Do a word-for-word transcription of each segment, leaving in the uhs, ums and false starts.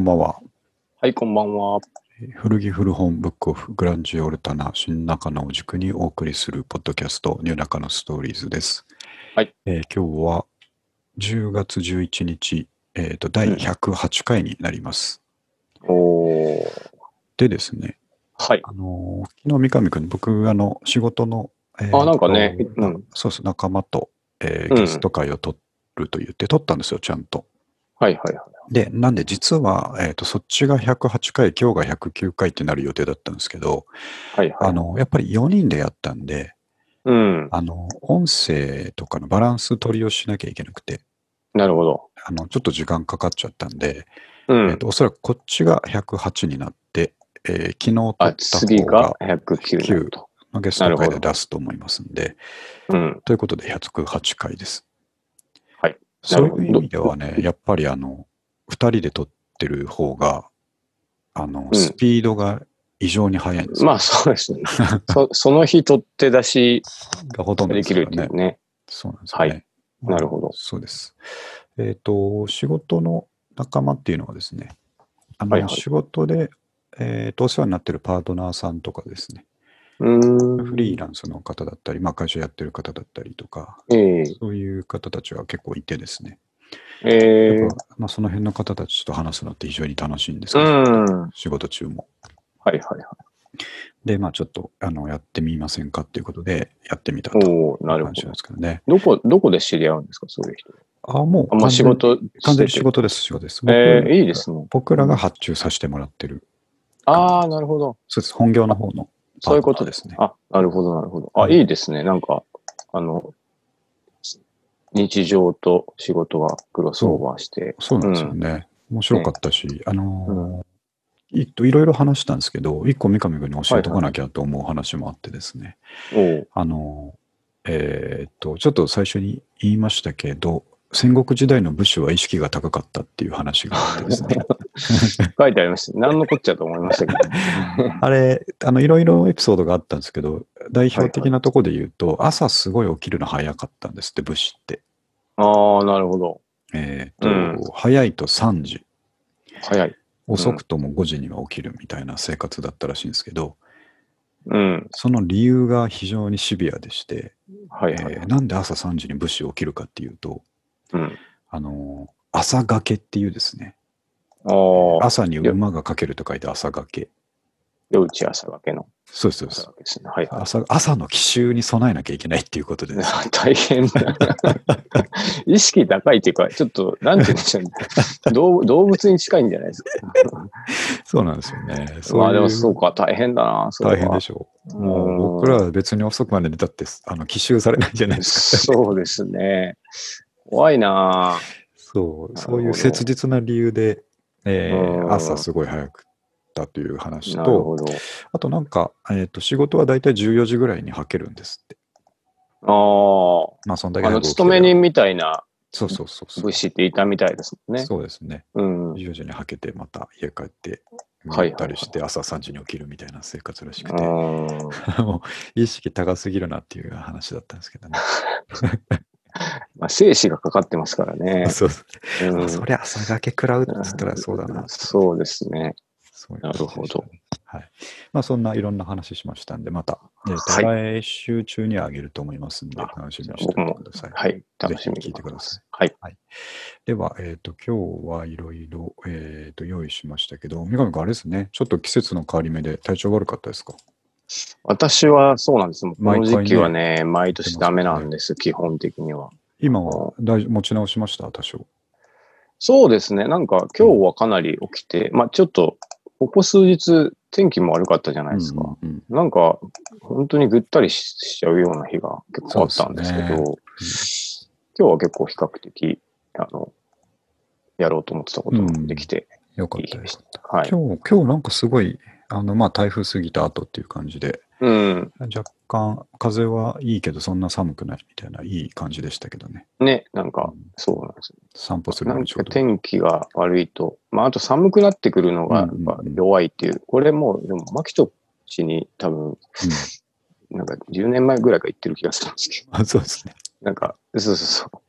んばんは。 はい、こんばんは。 古着古本ブックオフグランジオルタナ新中野を軸にお送りするポッドキャストニューナカのストーリーズです。 はい。 えー今日はじゅうがつじゅういちにち、えーと、だいうんひゃくはちかいになります。 おー。 でですね、 はい。 あのー昨日三上君、僕、あの、仕事の、えあ、 ーなんかね、 となうん。 そうそう、仲間と、えーうん。 ゲスト会を取ると言って取ったんですよ、ちゃんと。 はいはいはい。 で、なんで実は、えーと、そっちがひゃくはちかい、今日がひゃくきゅうかいってなる予定だったんですけど、 はいはいはい。 あの、やっぱりよにんでやったんで、 うん。 あの、音声とかのバランス取りをしなきゃいけなくて、 なるほど。 あの、ちょっと時間かかっちゃったんで、 うん。 えっと、おそらくこっちがひゃくはちになって、えー昨日撮あ、 った次が方がひゃくきゅうになるきゅうと。 のゲストなるほど。 会で出すと思いますんで、 うん。 ということでひゃくはちかいです。 はい。なそうるほど。 いう意味ではね、やっぱりあの、ふたりで撮ってる方が、あの、 うん。 スピードが異常に速いんですよ。 まあそうですね。そその日取って出しがほとんどできるですからね。 っていうね。 そうなんですよはい。 ね。まあなるほど。 そうです。えっと、仕事の仲間っていうのはですね、あの、 はいはい。 仕事で、えっと、お世話になってるパートナーさんとかですね、 うーフリーん。 ランスの方だったり、まあ、会社やってる方だったりとか、 ええそういう方たちが結構いてですね、やっぱ、 ええまあ、その辺の方たちと話すのって非常に楽しいんですうけど、 ん。はい仕事中も。 はいはい。 で、まあ、ちょっと、あの、やってみませんかっていうことで、やってみたとおー、 いう話なんでなるほど。 すけどね。 どこ、どこで知り合うんですか、そういう人。 あ、もうあ、まあ完全に、 仕事完全してて。 に仕事です、仕事です。 ええ僕、 いいですね。 僕らがうん。 発注させてもらってる方ああ、 です。 なるほど。 そうです。本業のあ、 方のパートそういうことです。 ナーですね。 あ、なるほど、なるほど。あ、 はい。 いいですね。なんか、あの、日常と仕事がクロスオーそバーして。 う、そうなんですようん。 ね。面白かね。 ったし、あうん。 のーいいろいろ話したんですけど、一個三上君に教えとかはいはい。 なきゃと思う話もあってですね。 おう。 あのーえーっと、ちょっと最初に言いましたけど、戦国時代の武士は意識が高かったっていう話があってですね。 書いてありました。何のこっちゃと思いましたけど。 あれ、あの、いろいろエピソードがあったんですけど、代表はいはい。 的なところで言うと、朝すごい起きるの早かったんですって、武士って。 ああ、なるほど。 えっうん。 と、早いとさんじ、 早い。うん。 遅くともごじには起きるみたいな生活だったらしいんですけど、 うん。 その理由が非常にシビアでして、 はいはいはい。 えーなんで朝さんじに武士起きるかっていうと、 うん。 あの、朝がけっていうですね、 ああ、 朝によ、 馬がかけると書いて朝がけ。 夜打ち朝がけのそうです、そうです。 朝がけですね。はいはい。 朝、朝の奇襲に備えなきゃいけないっていうことでですね。 大変だ。意識高いっていうか、ちょっと、なんて言うんでしょうね。動動物に近いんじゃないですか。 そうなんですよね。そうまあでもいうそうか、大変だな、それ大変では。 しょう。もう僕らうは別に遅くまで寝たって、あの、奇襲されないじゃないーん、 ですか。 そうですね。怖いな。 そう、 なそういうるほど。 切実な理由で、 うえー朝ーん、 すごい早くったという話なると、 ほど。 あとなんか、えっと、仕事はだいたいじゅうよじぐらいにはけるんですって。 あまあ、そんだあ、あの、 け早く起きてりゃ。 勤め人みたいなそうそうそうそう。 武士っていたみたいですもんね。 そうですね。 うん。はじゅうよじにはけて、また家帰って、ぐっいはいはい。 たりして朝さんじに起きるみたいな生活らしうくて、 ーん。 もう意識高すぎるなっていう話だったんですけどね。 まあ、生死がかかってますからね。 そう。あ、 うん。 そりゃ朝がけ食らうっつったらそうだなと。 そうですね。 そういうなる感じでほど。 したね。はい。まあそんないろんな話しましたんで、また、えっと、 はい。 来週中にはあげると思いますんで、 あ、 楽しみじゃにしておいてあ僕も、 ください。 はい、 ぜひ楽しみに聞いてください。 待ってます。はい。 はい。では、えっと、今日はいろいろ、えっと、用意しましたけど、三上君あれですね、ちょっと季節の変わり目で体調悪かったですか？ 私はそうなんです。もうこ毎の時期は回ね、 ね、毎言って年ダメますもんね。 なんです、基本的には。 今はあの大丈持ち直しました多少。 そうですね。なんかうん。 今日はかなり起きて、まあちょっと、ここ数日天気も悪かったじゃなうんういですか。 んうん。 なんか、本当にぐったりししちゃうような日が結構そうですあったんですけね。 ど、今日は結構比較的、あの、やろうと思ってたこうともできん。 て、 よかっいい日でしたよかった。 た。はい。 今日、今日なんかすごい、あの、まあ台風過ぎた後っていう感じで、 うん。 若干風はいいけどそんな寒くないみたいないい感じでしたけどね。 ね、なんか、 うん、 そうなんですよ。 散歩するなんかのにちょうどいい。 天気が悪いと、まあ、あと寒くなってくるのうんうがやっぱん弱いっていう、これもう、でも、マキト氏に多分、 うん。うん。 なんかじゅうねんまえぐらいから言ってる気がするんですけど、 あ、そうですね。 なんか、そうそうそう。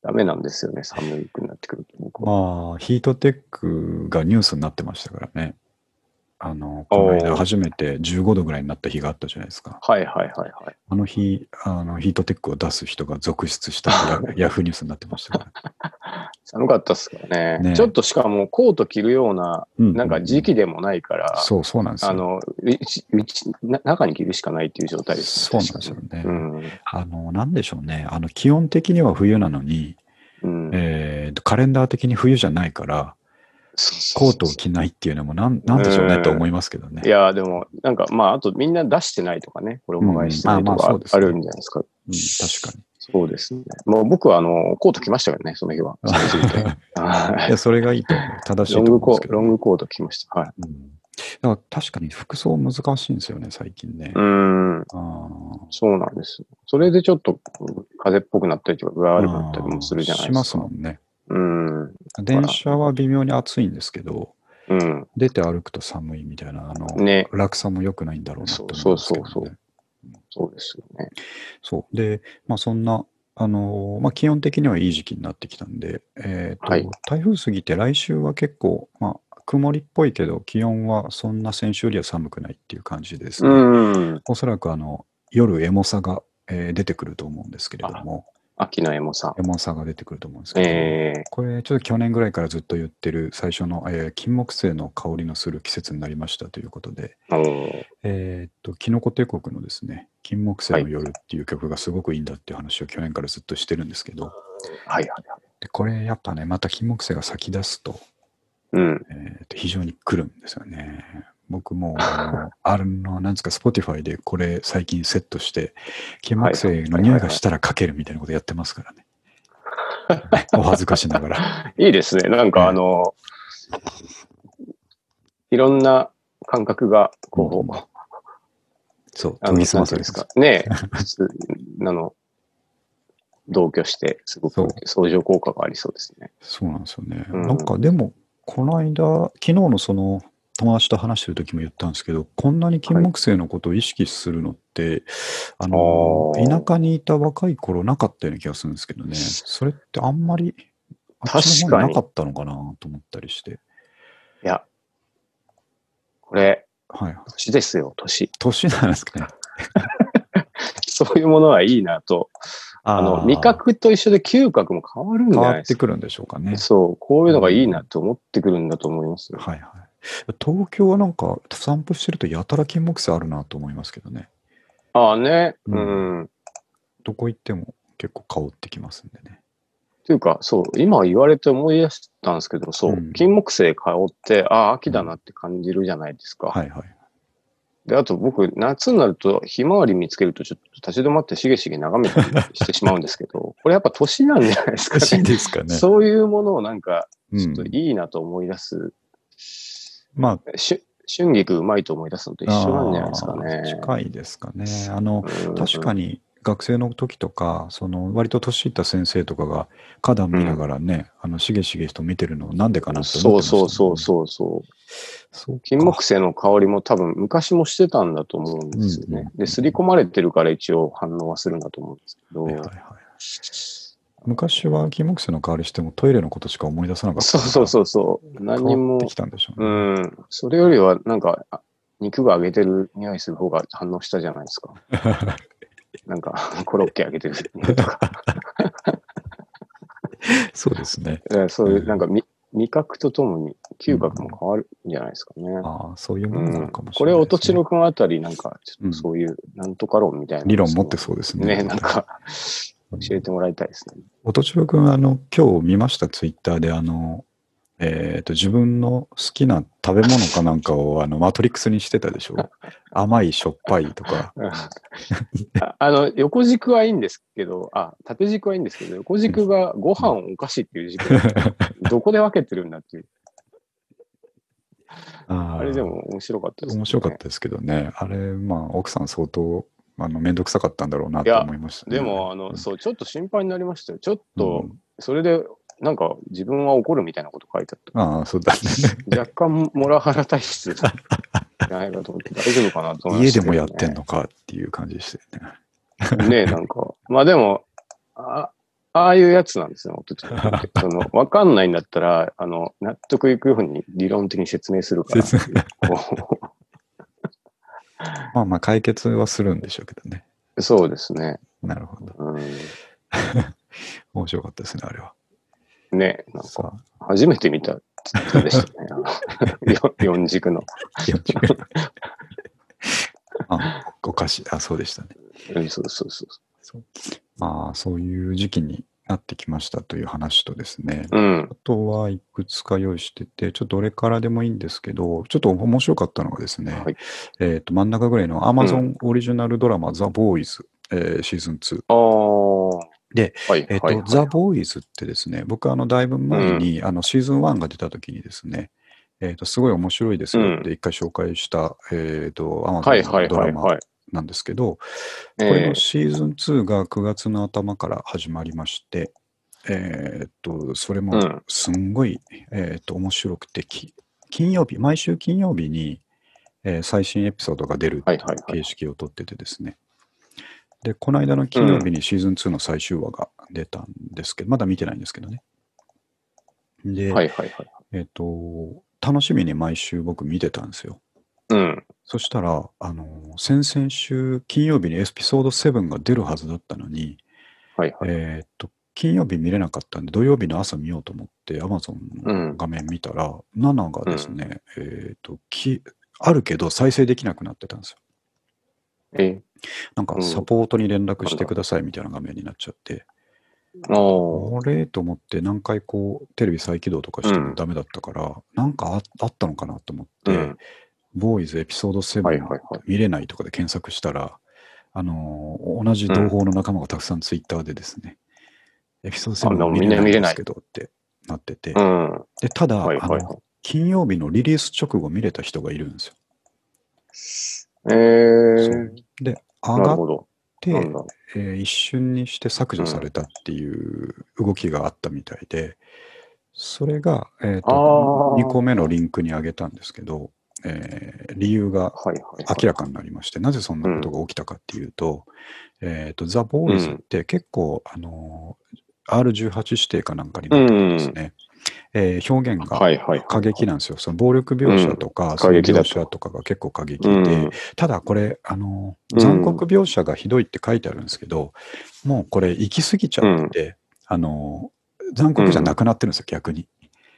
ダメなんですよね、寒くなってくると僕は。 まあ、ヒートテックがニュースになってましたからね。あの、この間おー初めてじゅうごどぐらいになった日があったじゃないですか。 はいはいはいはい。 あの日、あのヒートテックを出す人が続出したってヤヤフーニュースになってましたから。 寒かったっすからね。 ねちょっとしかもコート着るような、 うんうんうんなんか時期でもないから、 そうそうなんですよ。 あの、うちうちな中に着るしかないっていう状態ですそうなんですよね。 確かにうんあの、なんでしょうね。あの、基本的には冬なのに、 うんえーとカレンダー的に冬じゃないから、 そうそうそうコートを着ないっていうのもなん、なんでしょうねと思いますけどね。 いや、でも、なんか、まあ、あとみんな出してないとかね、衣替えしてないとうんまあまあかあそうですねるんじゃないですか。 うん、確かに。 そうですね。もう僕は、あの、コート着ましたけどね、その日は。寒すぎてはいや、それがいいと思う。正しいロングコと思うんですけど、ね。 ロングコート着ました。はい。 うん。だから確かに服装難しいんですよね、最近ね。 うーん、 あーそうなんです。それでちょっと風邪っぽくなったりとか、具合悪くなったりもするじゃないしますですか。 もんね。 うん。 電車は微妙に暑いんですけど、 うん。 出て歩くと寒いみたいな、あの、 ね。 落差も良くないんだろうなと思そういますけどね。 そうそうそう。そうですよね。 そう。で、まあそんな、あのーまあ基本的にはいい時期になってきたんで、えっと、 はい台風過ぎて来週は結構、まあ曇りっぽいけど、気温はそんな先週よりは寒くないっていう感じでですうね、 ん。 おそらくあの、夜エモさが、えー出てくると思うんですけれども、 秋のエモさエ。モさが出てくると思うんですけど、 えこれちょっと去年ぐらいからずっと言ってる最初の、えー金木犀の香りのする季節になりましたということで、 ー、おーえーっと、キノコ帝国のですね、金木犀はいの夜っていう曲がすごくいいんだっていう話を去年からずっとしてるんですけど、 はいはいはい。 でこれやっぱね、また金木犀が咲き出すと、 うん。 えーっと非常に来るんですよね。僕も、あの、あるの、なんですか、Spotify でこれ最近セットして、金木犀の匂いがしたらかけるみたいなことやってますからね。お恥ずかしながら。 いいですね。なんかええあの、いろんな感覚が、こう、 うんそう、 あの、 研ぎ澄なんていうんですまされてます。 か。ね普通、あの、同居して、すごそうく相乗効果がありそうですね。 そうなんですよね。 うんなんかでも、この間、昨日のその友達と話してる時も言ったんですけど、こんなに金木犀のことを意識するのって、あの、 あー田舎にいた若い頃なかったような気がするんですけどね、それってあんまりあっちの方になかったのかなと思ったりして。 いや、これ、 はい。 年ですよ、年。 年なんですかね。 そういうものはいいなと。あの、味ー覚と一緒で嗅覚も変わるんじ変わゃないですか。 ってくるんでしょうかね。 そう、こういうのがいいなって思ってくるんだと思いますよ。 はいはい。東京はなんか散歩してるとやたら金木犀あるなと思いますけどね。 ああね、 ううんん。 どこ行っても結構香ってきますんでね。 というか、そう、今言われて思い出したんですけど、そう、 うん金木犀香って、ああ、秋だなって感じるじゃないですか。 はいはい。 で、あと僕、夏になると、ひまわり見つけると、ちょっと立ち止まってしげしげ眺めたりしてしまうんですけど、これやっぱ年なんじゃないですか難しいね。 ですかね。 そういうものをなんか、 うんちょっといいなと思い出す。 まし春菊うまいと思い出すのとあ、 一緒なんじゃないですかあーね。 近いですかね。あの、 うん確かに学生の時とか、その割と年いった先生とかが花壇見ながらね、あのしげしげと見てるのなんでかなって思そうってましたもんね。 そうそうそうそう。 そうか金木犀の香りも多分昔もしてたんだと思うんですよね。 うんうんで、刷り込まれてるから一応反応はするんだと思うんですけど。 はいはいはい。昔は金木犀の香りしてもトイレのことしか思い出さなかったそうそうそうそう。何にも変わってき、たんでしょううね。 ん。それよりはなんか、あ肉が揚げてる匂いする方が反応したじゃないですか。なんか、コロッケ揚げてる匂いとか。 そうですね。 えーそういうう、 んなんかみ味覚とともに嗅覚も変わるんじゃないですかね。 ああ、そういうものなのかもしこれ、 れないですね。 音千代くんあたり、なんか、ちょっとそういう、なんとか論みたいな、 理論持ってそうですね。 ね、なんか、教えてもらいたいですね。 音千代くん、あの、今日見ました、ツイッターで、あの、えっと、自分の好きな食べ物かなんかを、あの、マトリックスにしてたでしょ。甘い、しょっぱいとか。 ああの、横軸はいいんですけど、あ、縦軸はいいんですけど、横軸がご飯お菓子っていう軸、どこで分けてるんだっていう。 ああれでも面白かったですね。 面白かったですけどね。あれ、まあ、奥さん相当、あの、めんどくさかったんだろうなといや思いましたね。 でも、あの、 うんそう、ちょっと心配になりましたよ。ちょっと、 うんそれで、なんか、自分は怒るみたいなこと書いてあった。 ああ、そうだね。 若干、モラハラ体質じゃないかと思って、大丈夫かなと思いましたけどね、 家でもやってんのかっていう感じでしたよね。 ねえ、なんか。まあでも、あああいうやつなんですね、音ちゃんって。その、わかんないんだったら、あの、納得いくように理論的に説明するから。 説明こまあまあ解決はするんでしょうけどね。 うそうですね。 なるほど。 うん、 面白かったですね、あれは。 ね、なんか、 さあ、 初めて見た図でしたね。あのよ四軸の。 よんじゅうあ、おかしい。あ、そうでしたね。 うんそうそうそう。 そうまあ、そういう時期になってきましたという話とですね。 うん。 あとはいくつか用意してて、ちょっとどれからでもいいんですけど、ちょっと面白かったのがですね、 はい。 えっと、真ん中ぐらいの Amazon オリジナルドラマ、ザ・ボーイズ、えーシーズンツー。 ああ。はで、 いはいえっと、 はい。 ザ・ボーイズってですね、僕あの、だいぶ前に、あの、シーズンワンが出た時にですね、えっと、すごい面白いですうん。 よって一回紹介した、えっと、 は Amazon のいはいドラマはいはい。 なんですけど、 えこれのえシーズンツーがくがつの頭から始まりまして、えーっと、それもうん。 すんごい、えーっと、面白くて、き金曜日、毎週金曜日に、えー最新エピソードが出るっていうはいはいはい。 形式をとっててですね。で、この間の金曜日うん。 にシーズンツーの最終話が出たんですけど、まだ見てないんですけどね。で、 はいはいはい。 えーっと、楽しみに毎週僕見てたんですよ。 うん。 そしたら、あの、先々週金曜日にエピソードセブンが出るはずだったのに、 はいはい。 えーっと、金曜日見れなかったんで、土曜日の朝見ようと思って、Amazon うん。 の画面見たら、なながうん。 ですね、えーっと、きあるけど再生できなくなってたんですよ。 え、 なんかうん。 サポートに連絡なんだ。 してくださいみたいな画面になっちゃって、 ああ。 あれと思って何回こうテレビ再起動とかしてもうん。 ダメだったから、なんかああったのかなと思って、 うん。 ボーイズエピソードはいセブンはいはい。 見れないとかで検索したら、あのー同じ同うん。 胞の仲間がたくさんツイッターでですね、エピソードセあ、 ブンでもみ見れないんでんな見れない。 すけどってなってて、 うん。はで、ただ、あの、 いはいは金曜日のリリース直後見れた人がいるんですよ。 い。えそう。 えで、上がっなるほど。なんて、 だろえー一瞬にして削う。う除されん。 たっていう動きがあったみたいで、それが、えっあと、にこめのあ。 リンクに上げたんですけど、えー理由がはいはいはい。 明らかになりまして、なぜそんなことうん。 が起きたかっていうと、えっと、ザ・ボーイズっうん。 て結構、あのー、アールじゅうはち 指定かなんかにうなっててですん。 ね、えー表現がはいはいはい過はい。 激なんですよ。その暴力描写うん。 とか、 過そういう描激だと。 写とかが結構過う激で、 ん。 ただこれ、あの、 うん。 残酷描写がひどいって書いてあるんですけど、もうこれ行き過ぎちゃうん。 ってて、あの、残酷じゃなうん。 くなってるんですよ、逆に。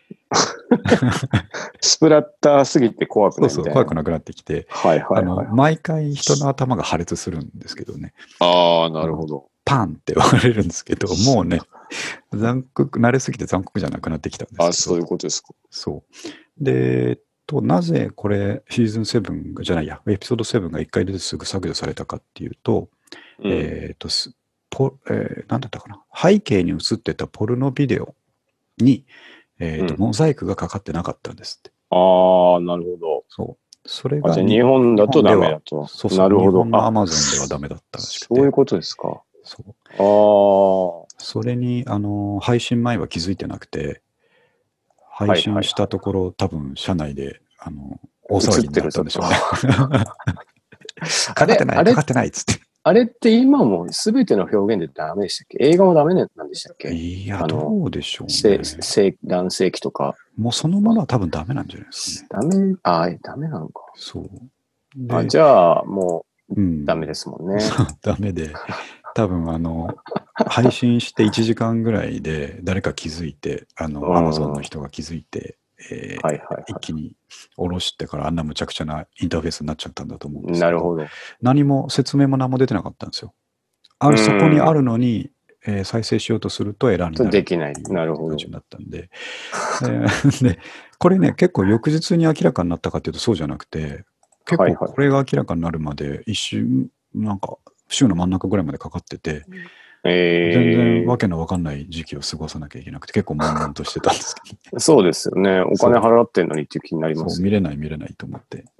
スプラッターすぎて怖くそうそう、 ないみたいな。 怖くなくなってきて、 はいはいあの、 はい。 毎回人の頭が破裂するんですけどね、 ああ、なあの、 るほど。 パンって割れるんですけど、もうね、残酷、慣れすぎて残酷じゃなくなってきたんですあ、 けど、 そういうことですか。 そう。で、えっと、なぜこれ、シーズンセブンじゃないや、エピソードセブンがいっかい出てすぐ削除されたかっていうと、 うん。 えっと、すポえーなんだったかな、背景に映ってたポルノビデオに、えっと、 うん。 モザイクがかかってなかったんですって。 ああ、なるほど。 そう。それあ、じゃあがに日本日だとダメ本では、 だと。 そうそう、 なるほど。 日本のあ、 アマゾンではダメだったらしくて、 そういうことですか。 そう。 ああ、はそれに、あの、配信前は気づいてなくて、配いはいはい。 信したところ、多分社内で、あの、大騒映っぎにてるぞと。 なったんでしょうね。 あれ、 かかってない、 あれ、 かかってないっつって。 あれって今も全ての表現でダメでしたっけ？映画もダメなんでしたっけ？ いや、 あの、 どうでしょう性、 ね。 性、男性器とか。 もうそのものは多分ダメなんじゃないですかね。 ダメ、あ、え、ダメなのか。 そう。 あ、 で、 じゃあ、もう、 うん。 ダメですもんね。 そう、ダメで、多分あの、配信していちじかんぐらいで誰か気づいて、あうの、アマゾンん。はいの人が気づいて、えーはいはい。 一気に下ろしてからあんな無茶苦茶なインターフェースになっちゃったんだと思うんですけど、 なるほど。 何も説明も何も出てなかったんですよ。あうる、そこにあん。 るのに、えー再生しようとするとエラーにとなるっできない。 ていうなるほど。 感じになったんで、えーで、これね、結構翌日に明らかになったかっていうとそうじゃなくて、結はいはい。 構これが明らかになるまで一瞬、なんか週の真ん中ぐらいまでかかってて、全然えわけのわかんない時期を過ごさなきゃいけなくて、結構悶々としてたんですけど、 ー、そうですよね。お金そう、 払ってんのにっていう気になりまそう、 すよ。 見れない見れないと思って、 うん。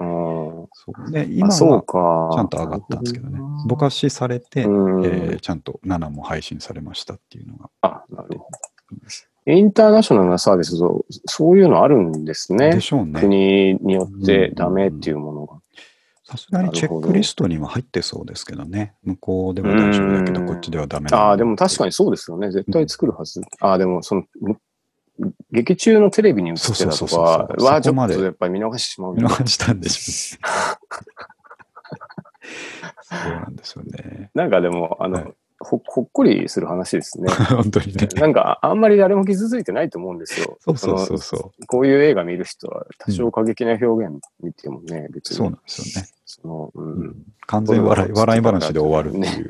そうで、 あ、そう今はちゃんか。 と上がっなるほどたんですけどね、ぼな。 かしされて、 うん。 えーちゃんとななも配信されましたっていうのがあ、なるで、 ほど。インターナショナルなサービスと、そういうのあるんですね。 でしょうね。 国にようってダメっん、 ていうものが。 さすがにチェックリストには入ってそうですけどね。向こうでは大丈夫だけど、こっちではダメなああ、 ものでも確かにそうですよね。絶対作るはず。うん、ああ、でもその、劇中のテレビに映ってたとかは、ちょっとやっぱり見逃してしまうん見逃したんでしょう。そうなんですよね。 なんかでも、あの、はい、ほ, ほっこりする話ですね。 本当にね。 なんか、あんまり誰も傷ついてないと思うんですよ。 そうそうそうそう。 こういう映画見る人は、多少過激な表現見てもね、うん、別に。 そうなんですよね。 そのうんうん、完全笑い笑い話で終わるっていう。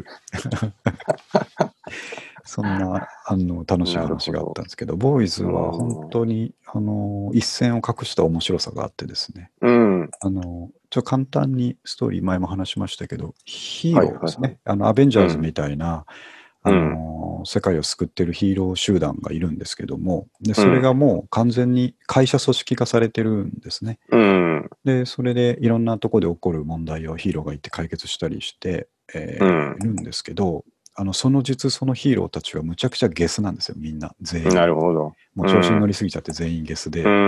そんなあの楽しい話があったんですけど、ボーイズは本当にあの一線を画した面白さがあってですね、 うん、 あのちょっと簡単にストーリー前も話しましたけど、ヒーローですね、あのアベンジャーズみたいな、うん、あの世界を救ってるヒーロー集団がいるんですけども、でそれがもう完全に会社組織化されてるんですね。 うん、 でそれでいろんなところで起こる問題をヒーローが行って解決したりして、えーうん、いるんですけど、あのその実そのヒーローたちはむちゃくちゃゲスなんですよ、みんな全員。 なるほど。 もう調子に乗りすぎちゃって全員ゲスで、うん、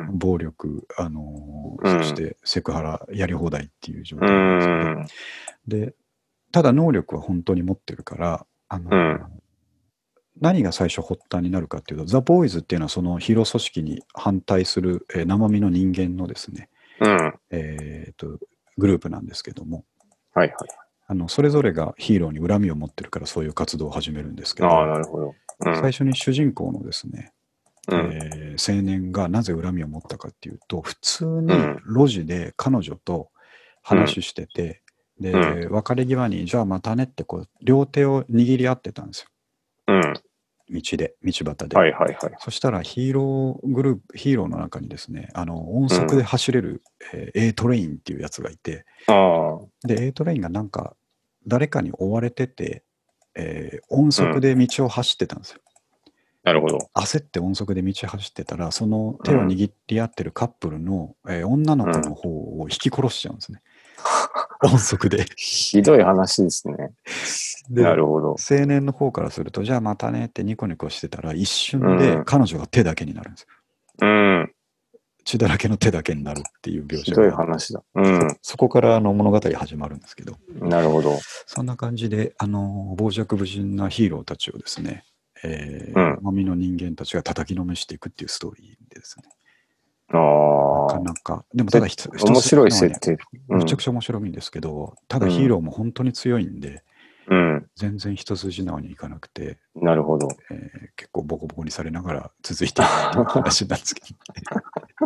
暴力、あのーうん、そしてセクハラやり放題っていう状態なんですけど、うん、でただ能力は本当に持ってるから、あのーうん、何が最初発端になるかっていうと、ザ・ボーイズっていうのはそのヒーロー組織に反対する、えー、生身の人間のですね、うんえー、とグループなんですけども、 はいはい、 あのそれぞれがヒーローに恨みを持ってるからそういう活動を始めるんですけど、 あ、なるほど、 うん、最初に主人公のですね、うんえー、青年がなぜ恨みを持ったかっていうと、普通に路地で彼女と話してて、うん、で、うん、別れ際にじゃあまたねってこう両手を握り合ってたんですよ、うん、道で道端で、 はいはいはい、 そしたらヒーローグループヒーローの中にですね、あの音速で走れる、うんえー、A トレインっていうやつがいて、あで A トレインがなんか誰かに追われてて、えー、音速で道を走ってたんですよ、 うん、なるほど。 焦って音速で道走ってたら、その手を握り合ってるカップルの、うんえー、女の子の方を引き殺しちゃうんですね、うん、音速でひどい話ですね。でなるほど。 青年の方からすると、じゃあまたねってニコニコしてたら、一瞬で彼女が手だけになるんですよ。うん、血だらけの手だけになるっていう描写が。 ひどい話だ。うん、 そ, そこからあの物語始まるんですけど。 なるほど。 そんな感じで、あの傍若無人なヒーローたちをですね、えー、生身の人間たちが叩きのめしていくっていうストーリーでですね。あなかなか、でもただ一つ面白い設定、 うん、めちゃくちゃ面白いんですけど、ただヒーローも本当に強いんで、うん、全然一筋縄にいかなくて、 なるほど、 えー、結構ボコボコにされながら続いているっていう話なんですけど、ね、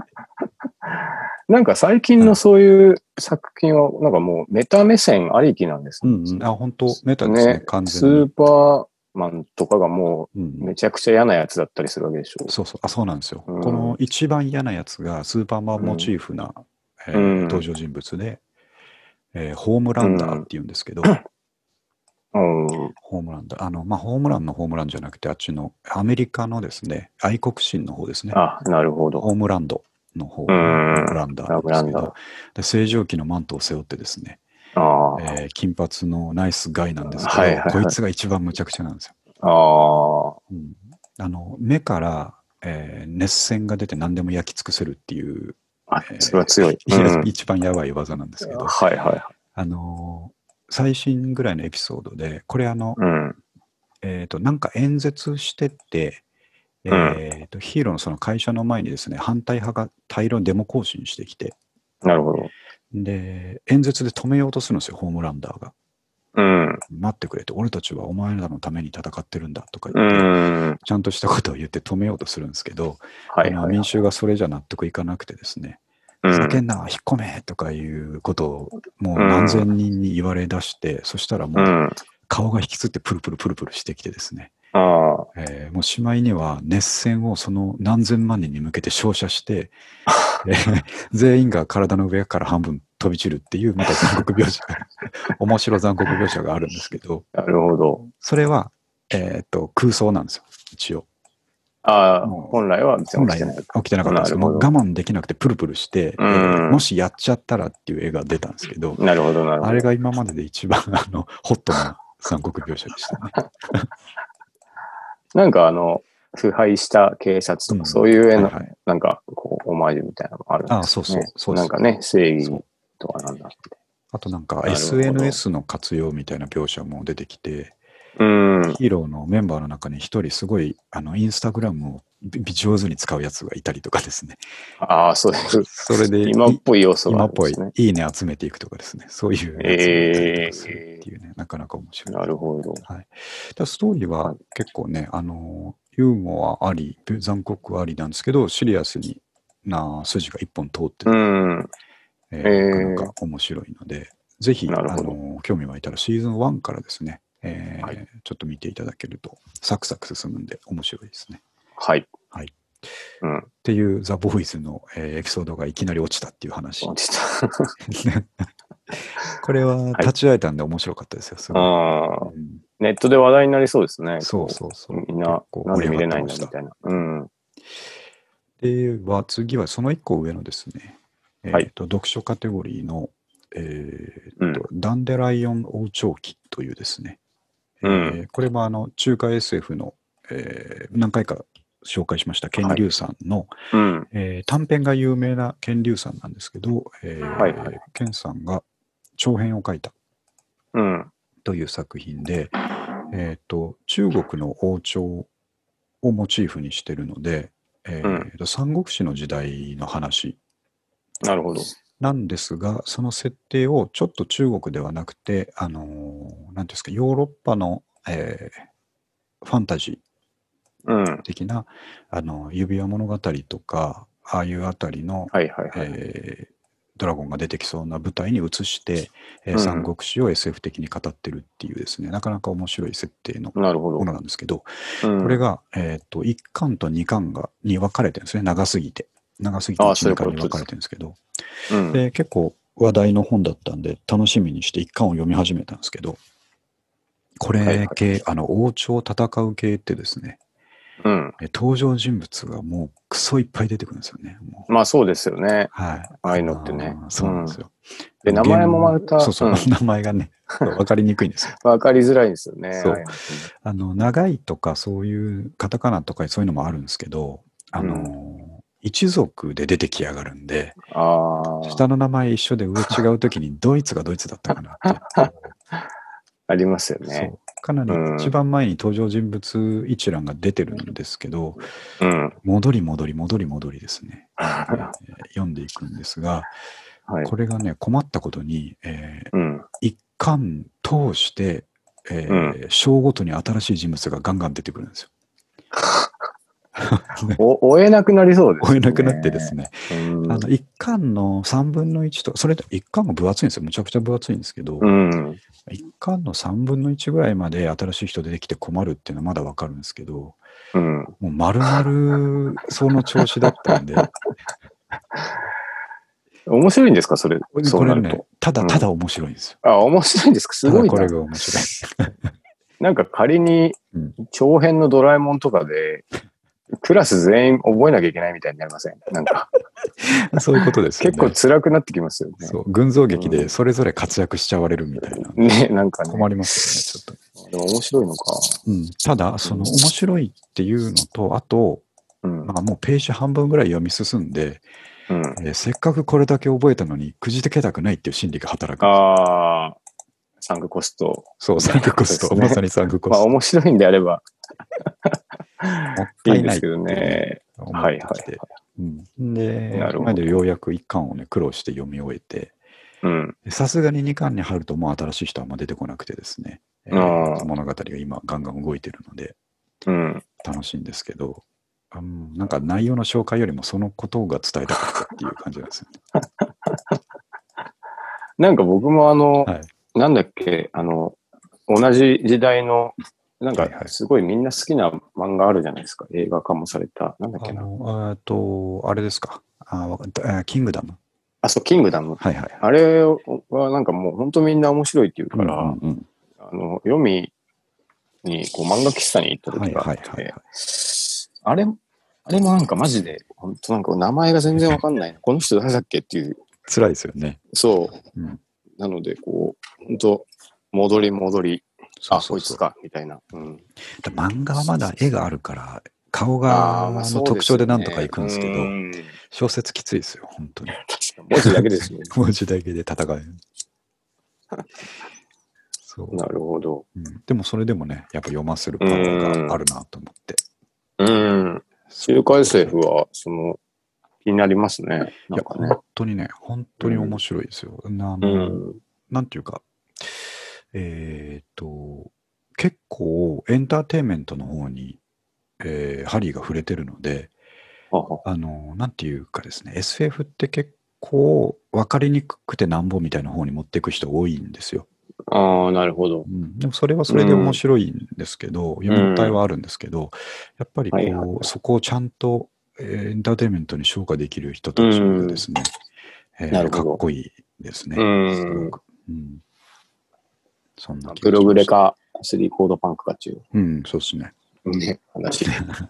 なんか最近のそういう作品はなんかもうメタ目線ありきなんですね。うんうん、あ本当メタですね、ね完全に。 スーパーマンとかがもうめちゃくちゃ嫌なやつだったりするわけでしょ。うん、 そうそう、あそうなんですよ、うん。この一番嫌なやつがスーパーマンモチーフな、うんえー、登場人物で、えー、ホームランダーっていうんですけど、うん、ホームランダー、あの、まあ、ホームランのホームランじゃなくて、あっちのアメリカのですね、愛国心の方ですね。 あ、なるほど。 ホームランドの方のホームランダーなんですけど、で正常期のマントを背負ってですね、あえー、金髪のナイスガイなんですけど、はいはいはい、こいつが一番むちゃくちゃなんですよ。あ、うん、あの目から、えー、熱線が出て何でも焼き尽くせるっていう、 あえー、それは強い、 うん、一番やばい技なんですけど、 はいはい、 あの最新ぐらいのエピソードで、これあの、うん、えっと、なんか演説してて、えーと、うん、ヒーローのその会社の前にですね、反対派が大量にデモ行進してきて、 なるほど。 で、演説で止めようとするんですよ、ホームランダーが。うん、待ってくれと、俺たちはお前らのために戦ってるんだとか言って、うん、ちゃんとしたことを言って止めようとするんですけど、はいはいはい、あの民衆がそれじゃ納得いかなくてですね、ふざけんな、引っ込めとかいうことをもう何千人に言われ出して、うん、そしたらもう顔が引きつってプルプルプルプルしてきてですね、あえー、もうしまいには熱線をその何千万人に向けて照射して、えー、全員が体の上から半分飛び散るっていうまた残酷描写面白残酷描写があるんですけど、 なるほど。 それは、えー、っと空想なんですよ、一応。 ああ、本来は本来起きてなかったんですけど、もう我慢できなくてプルプルして、えー、もしやっちゃったらっていう絵が出たんですけど、 なるほどなるほど。 あれが今までで一番あのホットな残酷描写でしたね。 なんかあの腐敗した警察とか、うん、そういう絵の、はいはい、なんかこうオマージュみたいなのもあるんですよね。ああそうそうそうなんかね、正義とかなんだって。 あとなんかなるほどエスエヌエス の活用みたいな描写も出てきて、 うん。 ヒーローのメンバーの中に一人すごい、あの、インスタグラムをび上手に使うやつがいたりとかですね。 ああ、そうです。 それで、 今っぽい要素が今っぽいあるんですね。 いいね集めていくとかですね。そういうやつもいたりとかするっていうね、なかなか面白い。 なるほど。 はい。だストーリーは結構ね、あの、ユーモアあり、残酷ありなんですけど、シリアスにな筋が一本通ってて、 うん。 えーえーなかなか面白いので、ぜひ、あなるほどの、興味湧いたらシーズンワンからですね、えーはいちょっと見ていただけると、サクサク進むんで面白いですね。 はい。 はい。っうん。 ていうザ・ボーイズの、えーエピソードがいきなり落ちたっていう話。 落ちた。 これははい立ち会えたんで面白かったですよ、すごい。 ああ、 うんネットで話題になりそうですね。 そうそうそうこみんな結構、 なんで見れ盛り上がってましたないんだみたいな。うん。 では、次はその一個上のですね、えーはいと読書カテゴリーの、えーとうダンデライオン王朝記というですね、えうーこれもあの中華 エスエフ の、えー何回か紹介しましたケン・リュウさんの、 うん。 えー短編が有名なケン・リュウさんなんですけど、えーはいはいケンさんが長編を書いたうん。 という作品で、えーと中国の王朝をモチーフにしてるので、えーと三国志の時代の話なるほど。 なんですが、その設定をちょっと中国ではなくて、あのーなんていうんですか、ヨーロッパの、えーファンタジうん。 ー的な、あの指輪物語とか、ああいうあたりの、 はいはいはい。 えードラゴンが出てきそうな舞台に移して、えーうん三国志を エスエフ 的に語ってるっていうですね、なかなか面白い設定のなるほど。 ものなんですけど、 うん。 これが、えー、といっかんとにかんがに分かれてるんですね、長すぎて。長すぎていち、 ああそういうにかんことですに分かれてるんですけど、 うん。 で結構話題の本だったんで、楽しみにしていっかんを読み始めたんですけど、こはいはいれ系、あの王朝戦う系ってですね、 うん。 え登場人物がもうクソいっぱい出てくるんですよね。もうまあそうですよね。 はい。 ああいうのってねあのーそうなんですよ。 で、名前もまた、 そうそう、 うん名前がね、分かりにくいんですよ。 わかりづらいですよね。 そうああいうのってねあの、長いとかそういうカタカナとかそういうのもあるんですけど、あのー一族で出てきやがるんで、 あ下の名前一緒で上違うときにドイツがドイツだったかなって言って。 あ、ありますよそね。 う。かなりうん一番前に登場人物一覧が出てるんですけど、 うん。 戻り戻り戻り戻りですね、えー読んでいくんですが、 はい。 これがね、困ったことに、えーうん。 一巻通して、えー章ごとに新しい人物がガンガン出てくるんですよ。 お追えなくなりそうですね。 追えなくなってですね、 うん。 あの一巻のさんぶんのいちと、それで一巻も分厚いんですよ。むちゃくちゃ分厚いんですけど、 うん。 一巻のさんぶんのいちぐらいまで新しい人出てきて困るっていうのはまだわかるんですけど、 うん。 もう丸々その調子だったんで、 面白いんですかそれ、そこれねうなると。、 ただただ面白いんですよ。 あ、面白いんですかすごいなただこれ。が面白い。 なんか仮にうん長編のドラえもんとかで、クラス全員覚えなきゃいけないみたいになりませんなんか、 そういうことですよね。 結構辛くなってきますよね。 そう、群像劇でそれぞれ活躍しちゃわれるみたいな。 ね、なんかね。 困りますよね、ちょっと。 でも面白いのか。 うん、ただ、その面白いっていうのと、あと、 うん。 まあ、もうページ半分ぐらい読み進んで、 うん。 えーせっかくこれだけ覚えたのにくじけたくないっていう心理が働くんですよ。 ああ、サンクコスト。 そう、サンクコスト、 そうですねまさにサンクコスまあト。 面白いんであればもったいいいないってんですけどね。 思ってきて。うん、で、 なるほど今までようやくいっかんをね、苦労して読み終えて、 うん。 さすがににかんに入るともう新しい人はあんま出てこなくてですね、えーあー物語が今ガンガン動いてるのでうん。 楽しいんですけど、あのなんか内容の紹介よりもそのことが伝えたかったっていう感じなんですよね。 なんか僕もあの、 はい。 なんだっけ、あの、同じ時代の、なんはいはいかすごいみんな好きな漫画あるじゃないですか。映画化もされた。なんだっあけな。 の、えっと、あれですか。あ、わかった。えキングダム。 あ、そう、キングダム。 はいはい。 あれはなんかもう本当みんな面白いって言うから、 うんうんうんあの、読みに、こう漫画喫茶に行った時があはいって、 はいはいはいあれ、あれもなんかマジで、本当なんか名前が全然わかんないな。この人誰だっけっていう。 辛いですよね。 そう。 うん、 なので、こう、本当戻り戻り、あ、 そうそうそう。 こいつか、みたいな。うん。 だ漫画はまだ絵があるから、顔あーまあがのそうですよね特徴でなんとかいくんですけど、 うん小説きついですよ、本当に。 確かに文字だけですよね。 文字だけで戦う。 そう。 なるほど、 うん。でもそれでもね、やっぱ読ませるパワーがあるなと思って。 うん。中華 エスエフ は、その、気になりますね。なんかね。 いや、本当にね、本当に面白いですよ。うん、あの、うん、なんていうか、えー、っと、結構エンターテインメントの方に、えー、ハリーが触れてるので、あの、なんていうかですね、エスエフ って結構分かりにくくてなんぼみたいな方に持っていく人多いんですよ。 ああ、なるほど。 うん、でもそれはそれで面白いんですけど、うん、読み応えはあるんですけど、やっぱりこう、はいはいはい、そこをちゃんと、えー、エンターテインメントに昇華できる人たちがですね、えー、かっこいいですね。すごく。うん、そんな気がしました。 プログレかスリーコードパンクか中。 うん、そうですね。 ね、話。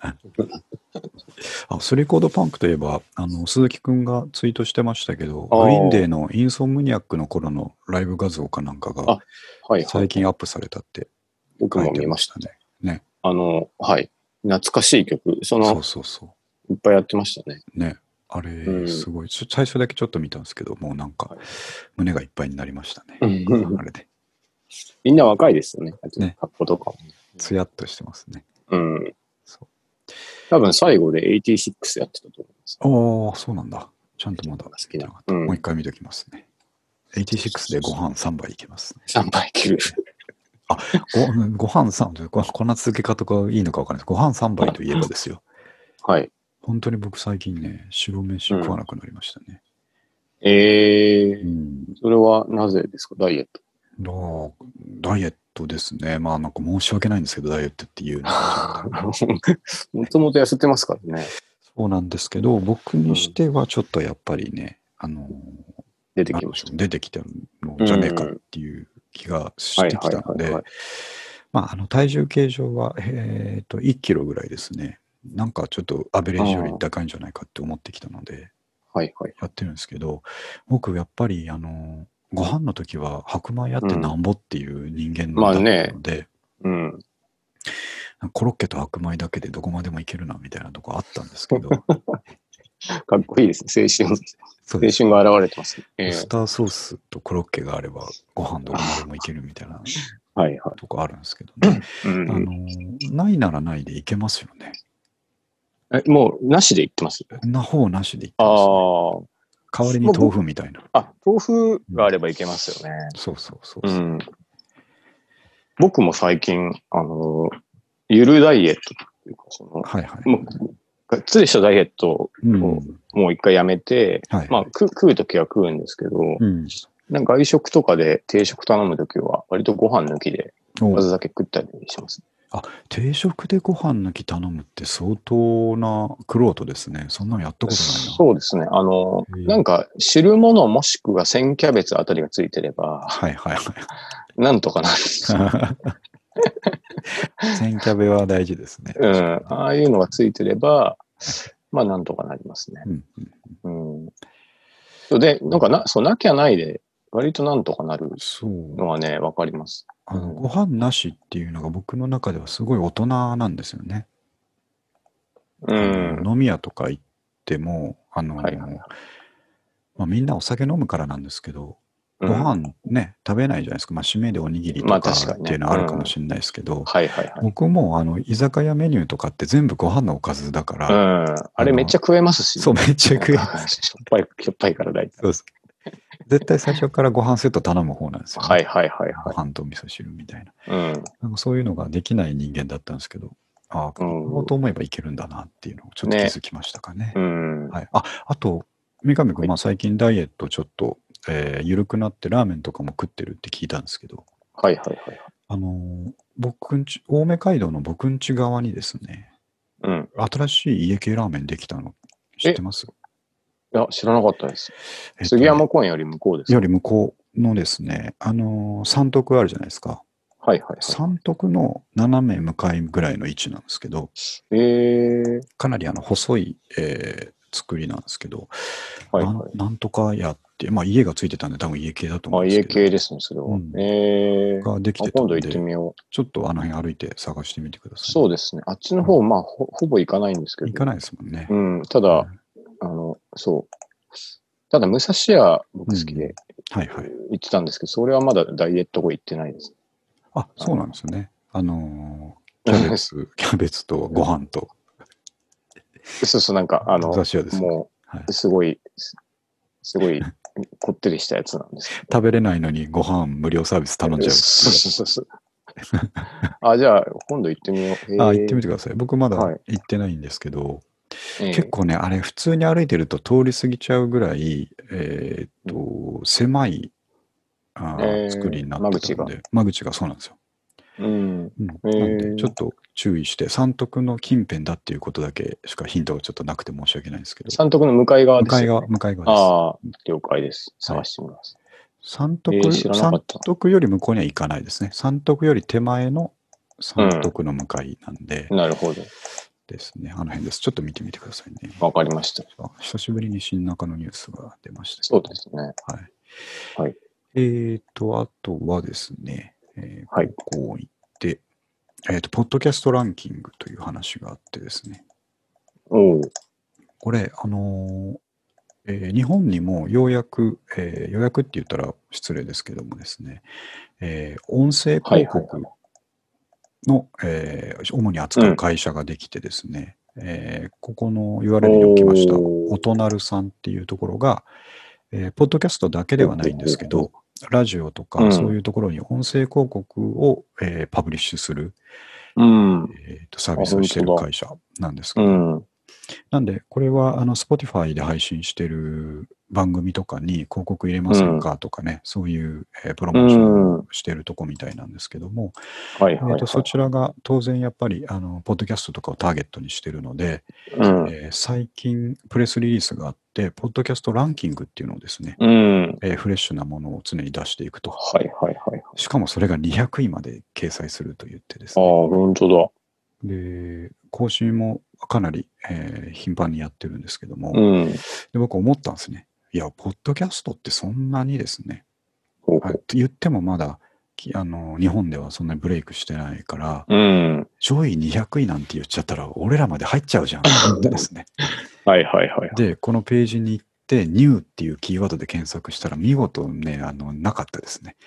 あ、スリーコードパンクといえば、あの、鈴木くんがツイートしてましたけど、グリーンデーのインソムニアックの頃のライブ画像かなんかが、最近アップされたって僕も見ましたね。 ね。 あの、はい。懐かしい曲、その、 そうそうそう。 いっぱいやってましたね。 ね。あれ、すごい、うん、最初だけちょっと見たんですけど、もうなんか、胸がいっぱいになりましたね。あれで。 みんな若いですよね。ね、格好とかも。 つやっとしてますね。 うん。そう。多分最後ではちじゅうろくやってたと思います。 ああ、そうなんだ。ちゃんとまだ好きな。 うん、もう一回見ときますね。はちじゅうろくでご飯さんばいいけますね。 さんばいいける。 あ、ご、ご飯さん、こんな続け方がいいのか分からないです。ご飯さんばいといえばですよ。 はい。 本当に僕最近ね、白飯食わなくなりましたね。 うん、ええー、うん。それはなぜですか、ダイエット。ダイエットですね。まあなんか申し訳ないんですけど、ダイエットっていうのは。 もともと痩せてますからね。 そうなんですけど、僕にしてはちょっとやっぱりね、あのー、 出てきました。 出てきてるのじゃねえかっていう気がしてきたので、まあ、あの体重計上は、えー、といっキロぐらいですね。なんかちょっとアベレージより高いんじゃないかって思ってきたので、 はいはい、 やってるんですけど、僕やっぱりあのご飯の時は白米やってなんぼっていう人間だったので、うんまあねうん、コロッケと白米だけでどこまでもいけるなみたいなとこあったんですけどかっこいいですね、青春青春が現れてますね。 ウスターソースとコロッケがあればご飯どこまでもいけるみたいなはいはいとこあるんですけどね。あのないならないでいけますよね。 え、もうなしでいってますな方なしでいってます、ね。あ代わりに豆腐みたいな。 あ、豆腐があればいけますよね。 うん、そうそうそうそう、うん。 僕も最近、あの、ゆるダイエットっていうか、その、はいはい、もうがっつりしたダイエットをもう一回やめて、うん、まあ、食うときは食うんですけど、うん、なんか外食とかで定食頼むときは、割とご飯抜きで、まずだけ食ったりします。 あ、定食でご飯抜き頼むって相当な玄人ですね。そんなのやったことないな。 そうですね。あの、なんか汁物もしくは千キャベツあたりがついてれば、 はいはいはい。 なんとかなるんですよ。 千キャベは大事ですね。 うん。ああいうのがついてれば、まあなんとかなりますね。うんうんうん、で、なんかな、そう、なきゃないで、割となんとかなるのはね、わかります。 あの、ご飯なしっていうのが僕の中ではすごい大人なんですよね。うん、飲み屋とか行っても、あの、はいはいはい、まあ、みんなお酒飲むからなんですけど、ご飯ね、食べないじゃないですか。まあ、締めでおにぎりとかっていうのはあるかもしれないですけど、僕もあの居酒屋メニューとかって全部ご飯のおかずだから、 うん、あれめっちゃ食えますし、 ね、そう、めっちゃ食えます。 しょっぱい、しょっぱいから大体。 そうです。絶対最初からご飯セット頼む方なんですよ、ね。 はいはいはいはい。 ご飯と味噌汁みたいな。うん、なんかそういうのができない人間だったんですけど、ああ、こうと思えばいけるんだなっていうのをちょっと気づきましたかね。ねうん、はい、あ、あと、三上君、まあ最近ダイエットちょっと、えー、緩くなってラーメンとかも食ってるって聞いたんですけど、 はいはいはい。 あのー、僕んち、青梅街道の僕んち側にですね、うん、新しい家系ラーメンできたの知ってます？ いや、知らなかったです。えっとね、杉山公園より向こうですか？ より向こうのですね、あのー、三徳あるじゃないですか。 はいはいはい。 三徳の斜め向かいぐらいの位置なんですけど、えー、かなりあの細い、えー、作りなんですけど、はいはい、な, なんとかやって、まあ家がついてたんで多分家系だと思うんですけど。 あ、家系ですね、それは。うん、えー、ができてたんで、 今度行ってみよう。 ちょっとあの辺歩いて探してみてください、ね。 そうですね。あっちの方、うん、まあほ、ほぼ行かないんですけど。 行かないですもんね。 うん、ただ、うん、あの、そう。ただ、武蔵屋僕好きで、 はいはい。 言ってたんですけど、それはまだダイエット後言ってないです。 あ、そうなんですね。あのー、キャベツ、キャベツとご飯と。 そうそう、なんか、あの、 雑誌はですね、 もう、すごい、すごい、こってりしたやつなんですけど。食べれないのにご飯無料サービス頼んじゃう。 そうそうそう。あ、じゃあ、今度行ってみよう。 あ、行ってみてください。僕まだ行ってないんですけど、はい、結構ね、あれ、普通に歩いてると通り過ぎちゃうぐらい、えー、っと、狭いあ、えー、作りになってたんで、間口がそうなんですよ。うん。うん、なんで、ちょっと注意して、三徳の近辺だっていうことだけしかヒントがちょっとなくて申し訳ないんですけど。 三徳の向かい側ですよ、ね。向かい側、向かい側です。 ああ、了解です。探してみます。 三徳、えー、三徳より向こうには行かないですね。三徳より手前の三徳の向かいなんで。 うん、なるほど。 ですね。あの辺です。ちょっと見てみてくださいね。 わかりました。 久しぶりに新中のニュースが出ました。 そうですね。 はい。 はい。 えーと、あとはですね、えー、はい、ここ行って、えーと、ポッドキャストランキングという話があってですね。 おお。 これ、あのーえー、日本にもようやく、えー、ようやくって言ったら失礼ですけどもですね、えー、音声広告の、えー、主に扱う会社ができてですね、うん、えー、ここの ユーアールエル に置きました、おとなるさんっていうところが、えー、ポッドキャストだけではないんですけど、ラジオとかそういうところに音声広告を、えー、パブリッシュする、うんえー、とサービスをしている会社なんですけど、うん、なんで、これはあの Spotify で配信している番組とかに広告入れませんかとかね、うん、そういう、えー、プロモーションをしているとこみたいなんですけども、そちらが当然やっぱりあのポッドキャストとかをターゲットにしているので、うんえー、最近プレスリリースがあって、ポッドキャストランキングっていうのをですね、うんえー、フレッシュなものを常に出していくと。 はいはいはい、 しかもそれがにひゃくいまで掲載すると言ってですね。 ああ、本当だ。 で、更新もかなり、えー、頻繁にやってるんですけども、うん、で僕思ったんですね。いや、ポッドキャストってそんなにですね、ほうほうと言ってもまだあの日本ではそんなにブレイクしてないから、うん、上位にひゃくいなんて言っちゃったら俺らまで入っちゃうじゃんってですね。 はいはいはい。 で、このページに行って、ニューっていうキーワードで検索したら見事ね、あの、なかったですね。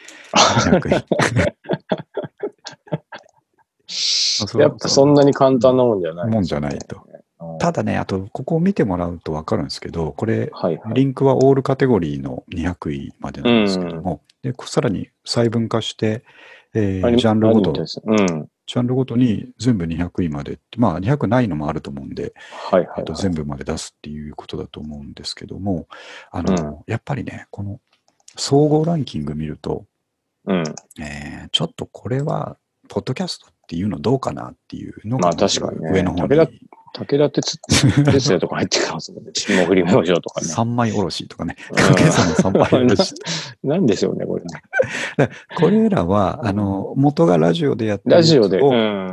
やっぱそんなに簡単なもんじゃない、 ね、もんじゃないと。ただね、あと、ここを見てもらうと分かるんですけど、これ、はいはい、リンクはオールカテゴリーのにひゃくいまでなんですけども、うん、でさらに細分化して、えー、ジャンルごと、うん、ジャンルごとに全部にひゃくいまで、まあにひゃくないのもあると思うんで、はいはいはい、えっと、全部まで出すっていうことだと思うんですけども、あの、うん、やっぱりね、この総合ランキング見ると、うんえー、ちょっとこれは、ポッドキャストっていうのどうかなっていうのが、まあ確かにね、上の方に。 武田鉄矢とか入ってきますもんね。霜降り明星とかね。 三枚おろしとかね。影さんの三枚おろし。 なんでしょうね、これね。 これらは、あの、元がラジオでやってるラジオで、 うん、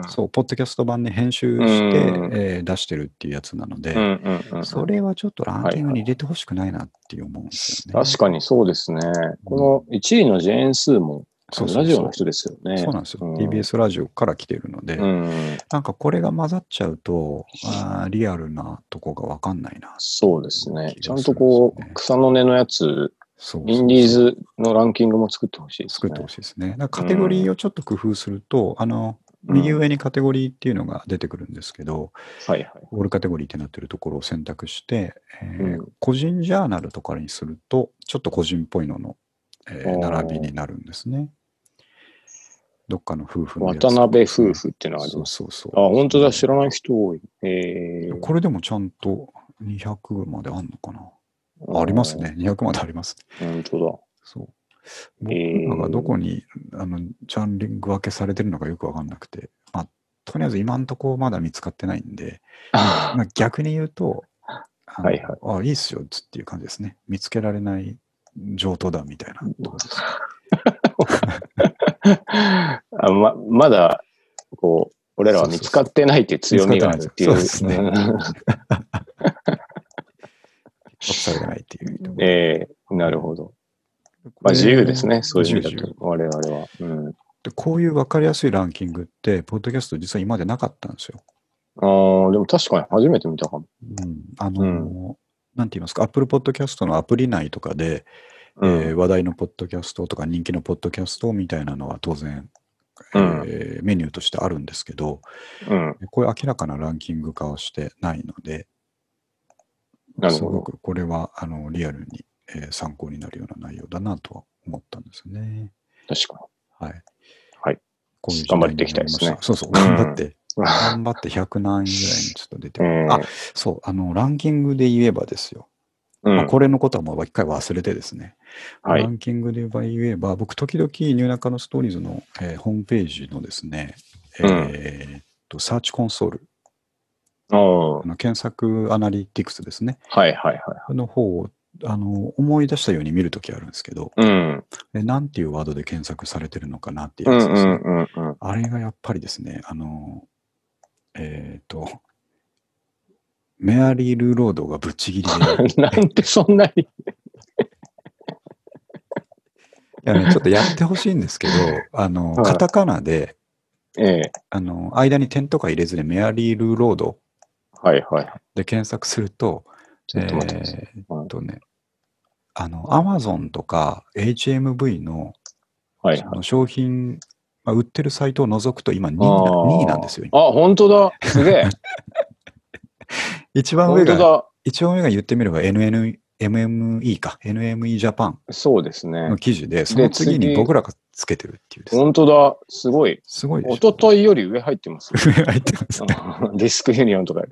そう、ポッドキャスト版で編集して、うんえー、出してるっていうやつなので、うんうんうんうん、それはちょっとランキングに入れてほしくないなって思うんですよね。 はいはい、確かにそうですね。このいちいのジェーン・スーも、そうそうそうラジオの人ですよね。 そうなんですよ。うん、ティービーエス ラジオから来ているので、うん、なんかこれが混ざっちゃうと、あリアルなとこが分かんないな。 そうですね。ちゃんとこう、草の根のやつ、そうそうそうインディーズのランキングも作ってほしいですね。 作ってほしいですね。だからカテゴリーをちょっと工夫すると、うん、あの、右上にカテゴリーっていうのが出てくるんですけど、うん、はいはい、オールカテゴリーってなってるところを選択して、えーうん、個人ジャーナルとかにすると、ちょっと個人っぽいのの、えー、並びになるんですね。どっかの夫婦のやつ、 渡辺夫婦っていうのがあります。そうそうそう。あ、本当だ、知らない人多い。 えー、これでもちゃんとにひゃくまであんのかな。あ, ありますね。にひゃくまであります、 ね。本当だ。 そう。僕らがどこに、えー、あのジャンリング分けされてるのかよくわかんなくて、まあ、とりあえず今んとこまだ見つかってないんで、まあ、逆に言うと、あ, はいはい、あいいっすよっていう感じですね。見つけられない上等だみたいなところです。 あままだこう俺らは見つかってないっていう強みがあるっていう。そうですね。 されてないっていう。 ええー、なるほど。まあ自由ですね。そういう意味だと我々は、うん。 で。こういう分かりやすいランキングって、ポッドキャスト実は今までなかったんですよ。 ああ、でも確かに初めて見たかも。 うん。あのー、うん、なんて言いますか、Apple Podcast のアプリ内とかで、 うん、えー、話題のポッドキャストとか人気のポッドキャストみたいなのは当然、えーうん、メニューとしてあるんですけど、 うん、 これ明らかなランキング化をしてないので、すごくこれはあのリアルに、えー、参考になるような内容だなとは思ったんですね。 確かに。はい。 はい。 こういう時代になりました。そうそう、頑張って、うん、頑張ってひゃく何位ぐらいにちょっと出てくる。えー、あ、そう、あの、ランキングで言えばですよ。うん、まあ、これのことはもう一回忘れてですね。はい、ランキングで言えば、僕、時々ニューナカのストーリーズの、えー、ホームページのですね、えー、っと、サーチコンソール。あの検索アナリティクスですね。 はいはいはい。 の方をあの思い出したように見るときあるんですけど、うん、でなんていうワードで検索されてるのかなっていうやつですね。うんうんうんうん、あれがやっぱりですね、あの、えっ、ー、と、メアリー・ルーロードがぶっちぎりで。 なんでそんなにいやね、ちょっとやってほしいんですけど、あの、はい、カタカナで、ええ、あの、間に点とか入れずにメアリー・ルーロードで検索すると、 ちょっと待ってください。 えー、っとね、あの、アマゾンとか エイチエムブイ の、はいはい、その商品、まあ、売ってるサイトを除くと今にいな、にいなんですよ。 今あ、本当だ。すげえ。 一番上が、一番上が言ってみれば エヌエヌ、エムエムイー か。エヌエムイー ジャパンの記事で、その次に僕らがつけてるっていうです、 ね。本当だ。すごい。 すごいでしょ。 一昨日より上入ってますよ。上入ってますね。 ディスクユニオンとかで。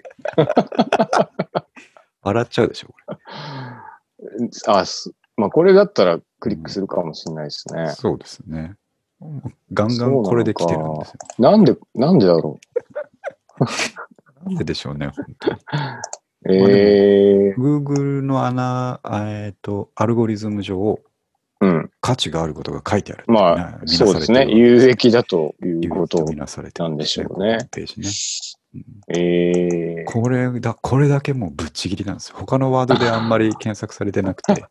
笑っちゃうでしょ、これ。 あ、まあこれだったらクリックするかもしれないですね。うん、 そうですね。ガンガンこれで来てるんですよ。 なんで、なんでだろう。なんででしょうね、本当に。 えー、 まあ、Google の穴、えっと、アルゴリズム上、うん、価値があることが書いてある。 まあ、そうですね。有益だということなんでしょうね。 ページね。 うん、えー、 これだ、これだけもうぶっちぎりなんですよ。他のワードであんまり検索されてなくて。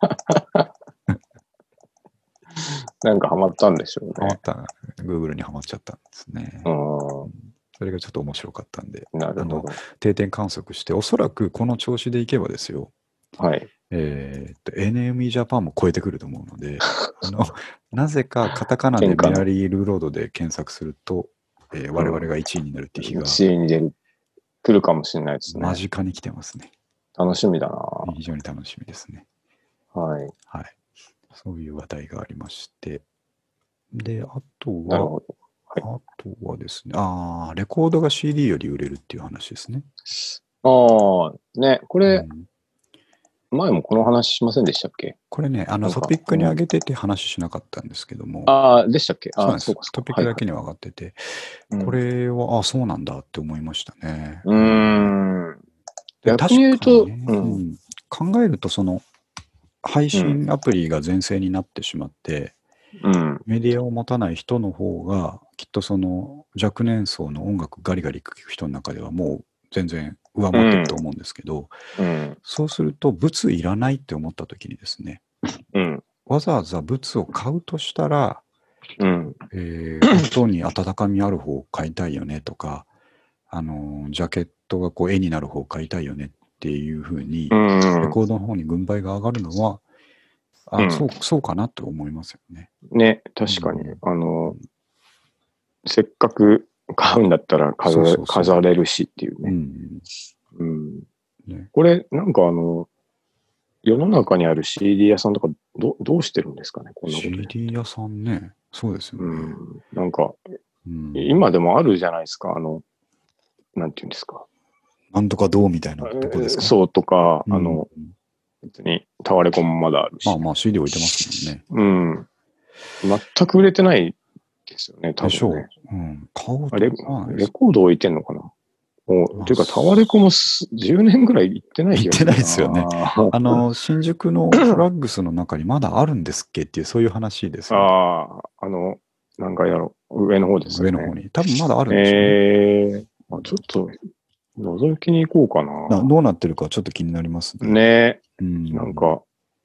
なんかハマったんでしょうね。 ハマった。Google にハマっちゃったんですね。うん、それがちょっと面白かったんで、 なるほど。 あの定点観測して、おそらくこの調子でいけばですよ。 はい。 えっと、エヌエムイー ジャパンも超えてくると思うので、あのなぜかカタカナでメアリー・ルーロードで検索すると、えー、我々がいちいになるっていう日が、うん、 いちいに出る、来るかもしれないですね。 間近に来てますね。 楽しみだな。 非常に楽しみですね。 はい。 はい。そういう話題がありまして。で、あとは、なるほど。はい、あとはですね、ああ、レコードが シーディー より売れるっていう話ですね。 ああ、ね、これ、うん、前もこの話しませんでしたっけ？ これね、あのトピックに上げてて話しなかったんですけども。 ああ、でしたっけ？ ああ、そうです。トピックだけには上がってて、はいはい、これは、うん、あそうなんだって思いましたね。 うーん。 逆に言うと、ね、うん、考えると、その、配信アプリが全盛になってしまって、うん、メディアを持たない人の方が、きっとその若年層の音楽ガリガリ聴く人の中ではもう全然上回ってると思うんですけど、うんうん、そうすると物いらないって思った時にですね、うん、わざわざ物を買うとしたら、うんえー、本当に温かみある方を買いたいよねとか、あのジャケットがこう絵になる方を買いたいよねっていうふうに、うんうん、レコードの方に軍配が上がるのはあ、うん、そうそうかなと思いますよね。 ね、確かに、うん、あのせっかく買うんだったら 飾, そうそうそう飾れるしっていうね。うんうんね、これなんかあの世の中にある シーディー 屋さんとか ど, どうしてるんですかね、こんなこと。 シーディー 屋さんね、そうですよね。 うん、なんか、うん、今でもあるじゃないですか、あの、なんていうんですか。 なんとかどうみたいなとこですか。 そうとか、うん、あの、別にタワレコもまだあるし。 まあまあ シーディー 置いてますもんね。 うん。全く売れてないですよね、多分ね。 でしょう。うん。買おうとレレコード置いてんのかな。もう、というか、タワレコもじゅうねんぐらい行ってない気がするな。 行ってないですよね。あの、新宿のフラッグスの中にまだあるんですっけっていう、そういう話ですよね。 ああ、あの、何階だろう。上の方ですよね。 上の方に。多分まだあるんでしょうね。 えー、あちょっと、覗きに行こうかな。 どうなってるかちょっと気になりますね。ね、うん、なんか、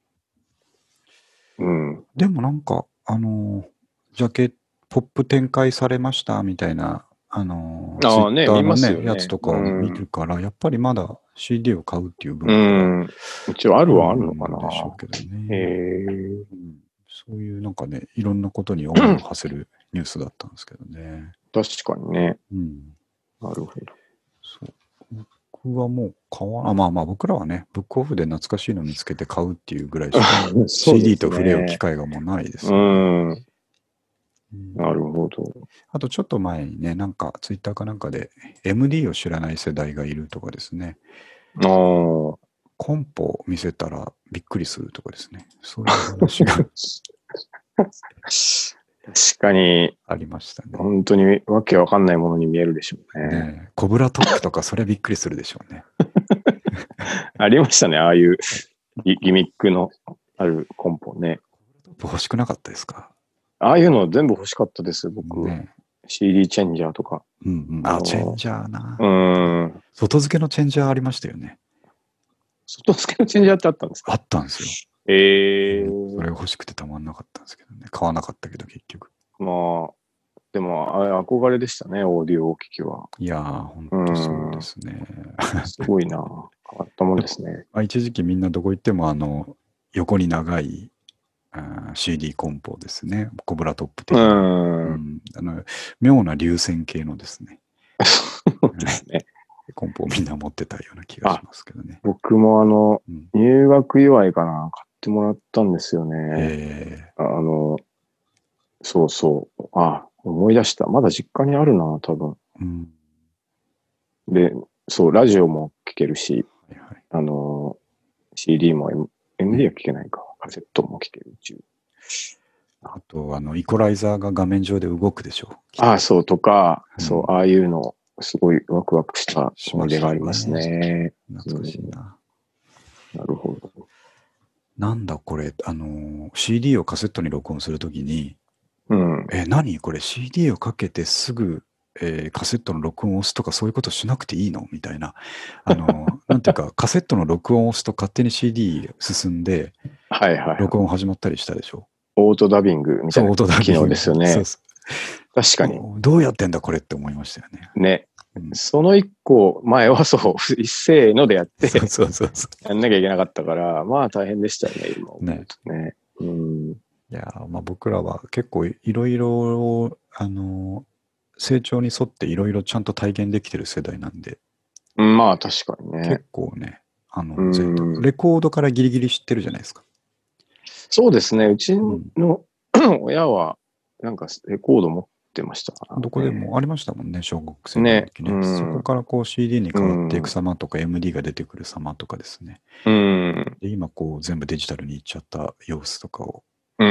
うん。でもなんか、あの、ジャケット、ポップ展開されましたみたいな、 あの、 ああね、 ツイッターのね、 見ますよね。 やつとかを見るから、やっぱりまだ シーディー を買うっていう文う化はん。一応あるはあるのかな。 でしょうけどへね。 え。 うん、そういうなんかね、いろんなことに思いを馳せるニュースだったんですけどね。 確かにね。 うん。 なるほど。 そう。僕はもう買わない。まあまあ僕らはね、ブックオフで懐かしいの見つけて買うっていうぐらいしか シーディー と触れ合う機会がもうないですうよね。 ん。 うんなるほど。 あとちょっと前にね、なんかツイッターかなんかで エムディー を知らない世代がいるとかですね。 ああ。 コンポを見せたらびっくりするとかですね。そういう話が確かにありましたね。 本当にわけわかんないものに見えるでしょうね。 ねえコブラトップとかそれびっくりするでしょうね。 ありましたね、ああいうギギミックのあるコンポね。 コブラトップ欲しくなかったですか？ ああいうの全部欲しかったです、僕。ね、シーディー チェンジャーとか。 うんうん。あ、チェンジャーな。 うん。 外付けのチェンジャーありましたよね。 外付けのチェンジャーってあったんですか？ あったんですよ。 ええーうん、それが欲しくてたまんなかったんですけどね。買わなかったけど結局。 まあ、でもあれ憧れでしたね、オーディオ機器は。 いやー、ほんとそうですね。 すごいな。変わったもんですね。 一時期みんなどこ行ってもあの横に長いあ シーディー コンポですね。コブラトップ的な、うんうん、あの妙な流線形のですね。 そうですね。 コンポをみんな持ってたような気がしますけどね。 僕もあの、うん、入学祝いかな、買ってもらったんですよね。えー、あの、そうそう。あ、思い出した。まだ実家にあるな、多分。うん、で、そう、ラジオも聴けるし、はいはい、あの、シーディー も、M、エムディー は聴けないか。カセットも聴けるうち。 あと、あの、イコライザーが画面上で動くでしょう。 ああ、そうとか、うん、そう、ああいうの、すごいワクワクした思い出がありますね。 懐かしいな、 うん。なるほど。 なんだこれ、あの、シーディー をカセットに録音するときに、 うん、 え、何これ シーディー をかけてすぐ、えー、カセットの録音を押すとかそういうことしなくていいのみたいな。あの、なんていうか、カセットの録音を押すと勝手に シーディー 進んで、 はいはい、はい。 録音始まったりしたでしょ。 オートダビングみたいな機能ですよね。 そうそう。 確かに。 どうやってんだこれって思いましたよね。 ね。うん、その一個前はそう、一せーのでやって、 そうそうそうそうやんなきゃいけなかったから、まあ大変でしたよね、今思うとね。ねうん、 いや、まあ僕らは結構いろいろ、あの、成長に沿っていろいろちゃんと体現できてる世代なんで。 まあ確かにね。 結構ね、あの、うん、レコードからギリギリ知ってるじゃないですか。 そうですね。うちの、うん、親は、なんかレコード持ってましたから、 ね。どこでもありましたもんね、小学生の時ね。ねうん、そこからこう シーディー に変わっていく様とか、うん、エムディー が出てくる様とかですね。うん、で今こう全部デジタルに行っちゃった様子とかを、うん、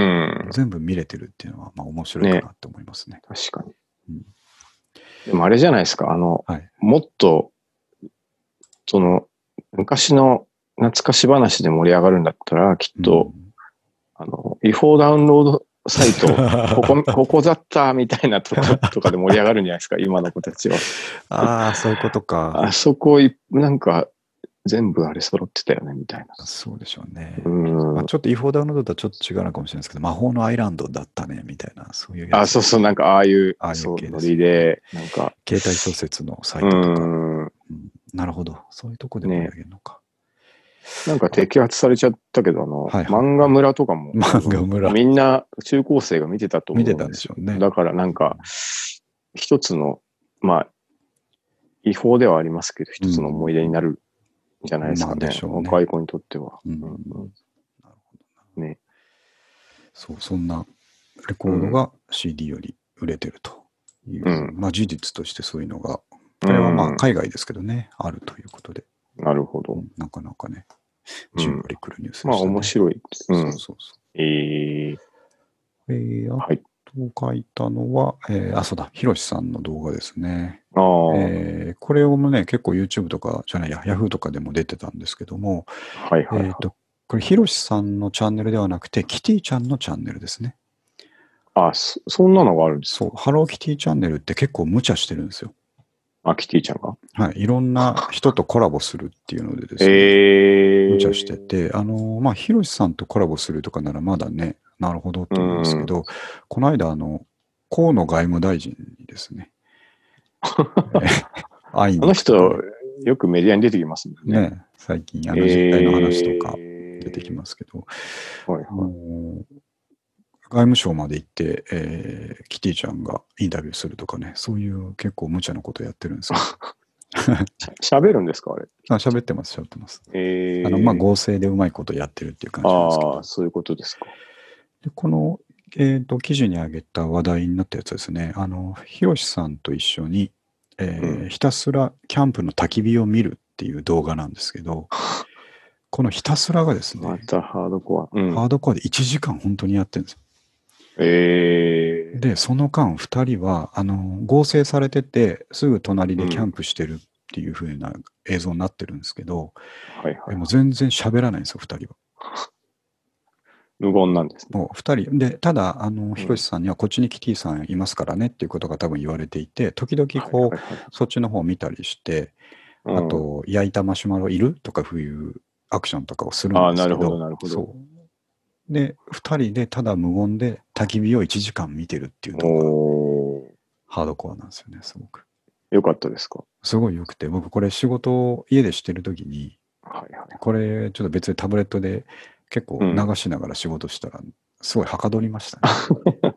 全部見れてるっていうのはまあ面白いかなって思いますね。 ね確かに、うん。でもあれじゃないですか、あの、 はい、 もっと、その、昔の懐かし話で盛り上がるんだったら、きっと、うん、あの、違法ダウンロードサイト、ここ、ここだったみたいなとことかで盛り上がるんじゃないですか、今の子たちは。 ああ、そういうことか。 あそこ、なんか、全部あれ揃ってたよね、みたいな。 そうでしょうね。うんまあ、ちょっと違法ダウンロードとはちょっと違うのかもしれないですけど、魔法のアイランドだったね、みたいな、そういうやつ。 あ、そうそう、なんかああいう、ああいう系ノリで、なんか。 携帯小説のサイトとか。うんうん、なるほど。そういうとこで盛り上げるのか。 ね、なんか摘発されちゃったけど、あの、はいはい、漫画村とかも、 漫画村。 みんな中高生が見てたと思うんですよ。 見てたんでしょうね。 だからなんか、一つの、まあ、違法ではありますけど、一つの思い出になるんじゃないですかね。まあ、ね若い子にとっては。うんうん、なるほどね。そう、そんなレコードが シーディー より売れてるという、うん、まあ事実としてそういうのが、これはまあ海外ですけどね、うん、あるということで。 なるほど。 うん、なかなかね、じんわりくるニュースでしたね、うん。まあ面白い。 うん、そうそうそう。 えー、 えー、あと書いたのは、えー、あ、そうだ、ひろしさんの動画ですね。 あえー、これをね、結構 YouTube とかじゃないや、Yahoo とかでも出てたんですけども、 はいはい、はい、 えっと、これひろしさんのチャンネルではなくて、キティちゃんのチャンネルですね。 あ、そ、そんなのがあるんですか？ そう、ハローキティチャンネルって結構無茶してるんですよ。 あ、キティちゃんがはい。いろんな人とコラボするっていうのでですね、 えー、 無茶してて、あの、まあ、ひろしさんとコラボするとかならまだね、なるほどと思うんですけど、この間、あの、河野外務大臣にですね、 あの人、よくメディアに出てきますもんね。 ね、最近、あの実態の話とか出てきますけど、えーはいはい、外務省まで行って、えー、キティちゃんがインタビューするとかね、そういう結構無茶なことやってるんですよ。 喋るんですかあれ。 あ、喋ってます、喋ってます。 えー、 あの、まあ、合成でうまいことやってるっていう感じなんですけど。 ああ、そういうことですか。 でこの、えーと、記事に挙げた話題になったやつですね、あの、ひろしさんと一緒に、えーうん、ひたすらキャンプの焚き火を見るっていう動画なんですけど、このひたすらがですね、 またハードコア。うん、 ハードコアでいちじかん本当にやってるんですよ。 えー、 で、その間ふたりは、あの、合成されてて、すぐ隣でキャンプしてるっていう風な映像になってるんですけど、 うん、はいはい、 もう全然喋らないんですよ、ふたりは。 無言なんですね。 もうふたり。で、ただ、あの、ひろしさんにはこっちにキティさんいますからねっていうことが多分言われていて、時々こう、はいはいはい、そっちの方を見たりして、うん、あと、焼いたマシュマロいるとかそういうアクションとかをするんですけど、あ、なるほど、なるほど。そう。で、ふたりでただ無言で焚き火をいちじかん見てるっていう動画、ハードコアなんですよね、すごく。 よかったですか？ すごい良くて、僕これ仕事を家でしてるときに、はいはい、これちょっと別にタブレットで結構流しながら仕事したら、すごいはかどりましたね。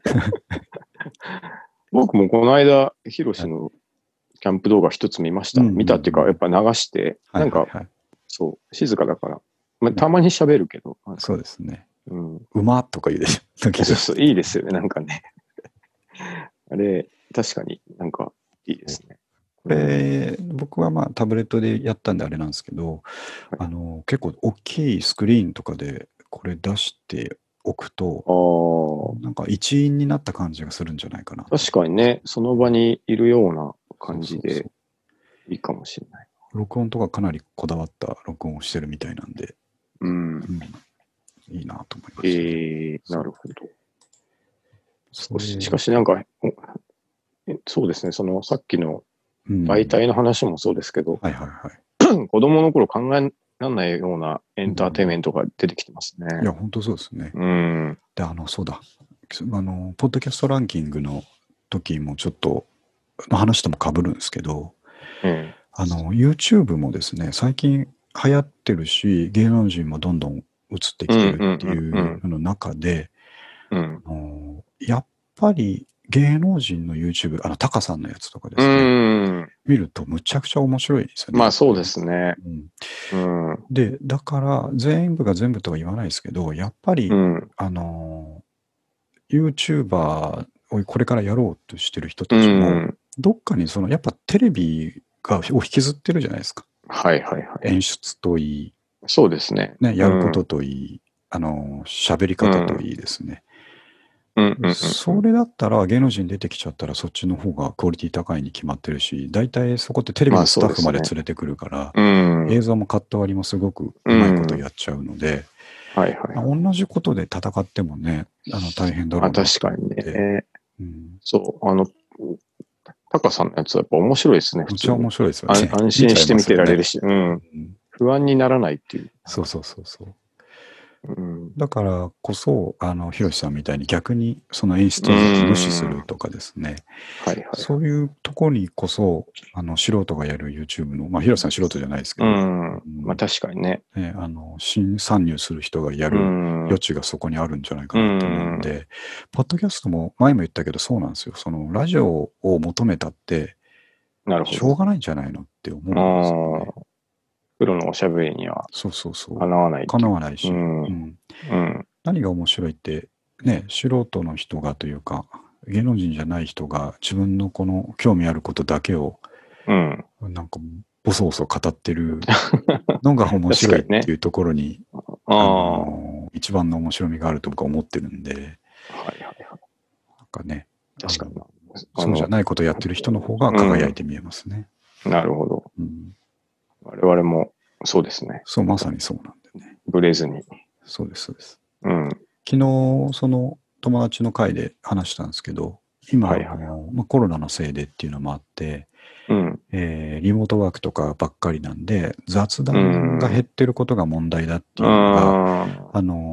僕もこの間、ヒロシのキャンプ動画一つ見ました。見たっていうか、やっぱ流して、なんか、そう、静かだから、まあ、たまに喋るけど。 そうですね。 うん。 うまっとか言うでしょ。 そうそう、いいですよね、なんかね。あれ、確かになんかいいですね。 これ、僕はまあタブレットでやったんであれなんですけど、はい、あの結構大きいスクリーンとかでこれ出しておくと、なんか一員になった感じがするんじゃないかな。 確かにね、その場にいるような感じでいいかもしれない。 録音とかかなりこだわった録音をしてるみたいなんで、 うん、うん、 いいなと思いました、ね。 えー、なるほど。少し、しかしなんか、そうですね、そのさっきの媒体の話もそうですけど、子供の頃考えられないようなエンターテインメントが出てきてますね。 うん、いや、本当そうですね。 うん。 で、あの、そうだ。あの、ポッドキャストランキングの時もちょっと、の話とも被るんですけど、うん、あの、YouTube もですね、最近流行ってるし、芸能人もどんどん移ってきてるっていうの中で、やっぱり芸能人の YouTube、あの、タカさんのやつとかですね、うん見るとむちゃくちゃ面白いですよね。 まあそうですね。 うんうん、で、だから全部が全部とは言わないですけど、やっぱり、うん、あの、YouTuber をこれからやろうとしてる人たちも、うん、どっかにその、やっぱテレビがを引きずってるじゃないですか。 はいはいはい。 演出といい。 そうですね。 ね、やることといい、うん、あの、喋り方といいですね。それだったら芸能人出てきちゃったらそっちの方がクオリティ高いに決まってるし、大体そこってテレビのスタッフまで連れてくるから、まあね、映像もカット割りもすごくうまいことやっちゃうので、はいはい、同じことで戦ってもね、あの大変だろうなと思って。 あ、確かにね。うん、そう、あの、タカさんのやつはやっぱ面白いですね、 普通に。めっちゃ面白いですよね。 安心して見てられるし、ね、うん、うん。不安にならないっていう。 そうそうそうそう。うん、だからこそ、あの、ひろしさんみたいに逆にその演出を無視するとかですね。はいはい。そういうところにこそ、あの、素人がやる YouTube の、まあ、ひろしさん素人じゃないですけど。うん。 うん、まあ確かにね。 ね、あの、新参入する人がやる余地がそこにあるんじゃないかなと思うんで、うん、ポッドキャストも前も言ったけどそうなんですよ。その、ラジオを求めたって、なるほど。しょうがないんじゃないのって思うんですよね。 プロのおしゃべりにはそうそうそう。 かなわない。 かなわないし、うんうんうん。何が面白いって、ね、素人の人がというか、芸能人じゃない人が自分のこの興味あることだけを、うん、なんかボソボソ語ってるのが面白いっていうところに、ね、あの一番の面白みがあると僕は思ってるんで、はいはいはい。なんかね、確かにそうじゃないことをやってる人の方が輝いて見えますね。 うん、なるほど。うん我々もそうですね。 そう、まさにそうなんでね。 ブレずに。 そうです、そうです。うん。昨日、その友達の会で話したんですけど、今、はいはいはい、まあ、コロナのせいでっていうのもあって、うんえー、リモートワークとかばっかりなんで、雑談が減ってることが問題だっていうのが、あの、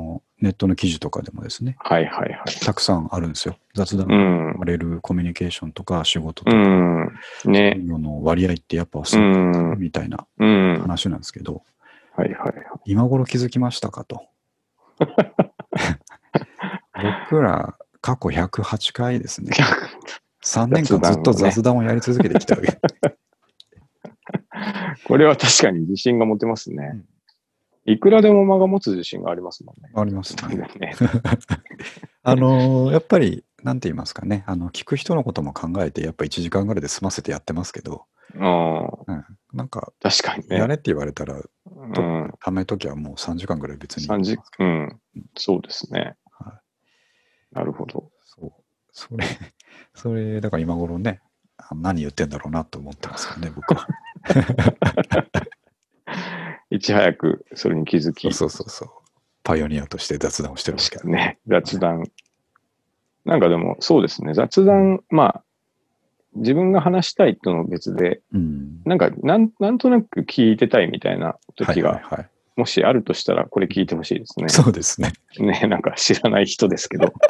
ネットの記事とかでもですね、 はいはいはい。 たくさんあるんですよ。雑談が生まれるコミュニケーションとか仕事とか、 うん、ね、 そういうのの割合ってやっぱすごいみたいな話なんですけど、 はいはい。 今頃気づきましたかと。僕ら過去ひゃくはちかいですね。さんねんかんずっと雑談をやり続けてきたわけ。 これは確かに自信が持てますね。うん、いくらでも間が持つ自信がありますもんね。 ありますね。あのー、やっぱり、なんて言いますかね、あの、聞く人のことも考えて、やっぱいちじかんぐらいで済ませてやってますけど、 あうん、なんか、 確かにね。 やれって言われたら、うん、ためときはもうさんじかんぐらい別に。 さんじ、うん、そうですね。はい、なるほど。 そう。それ、それ、だから今頃ね、何言ってんだろうなと思ってますよね、僕は。 いち早くそれに気づき。 そうそうそう。パイオニアとして雑談をしてるわけですね。雑談。はい、なんかでも、そうですね。雑談、まあ、自分が話したいとの別で、うん、なんかなん、なんとなく聞いてたいみたいな時が、はいはいはい、もしあるとしたら、これ聞いてほしいですね。 そうですね。 ね、なんか知らない人ですけど。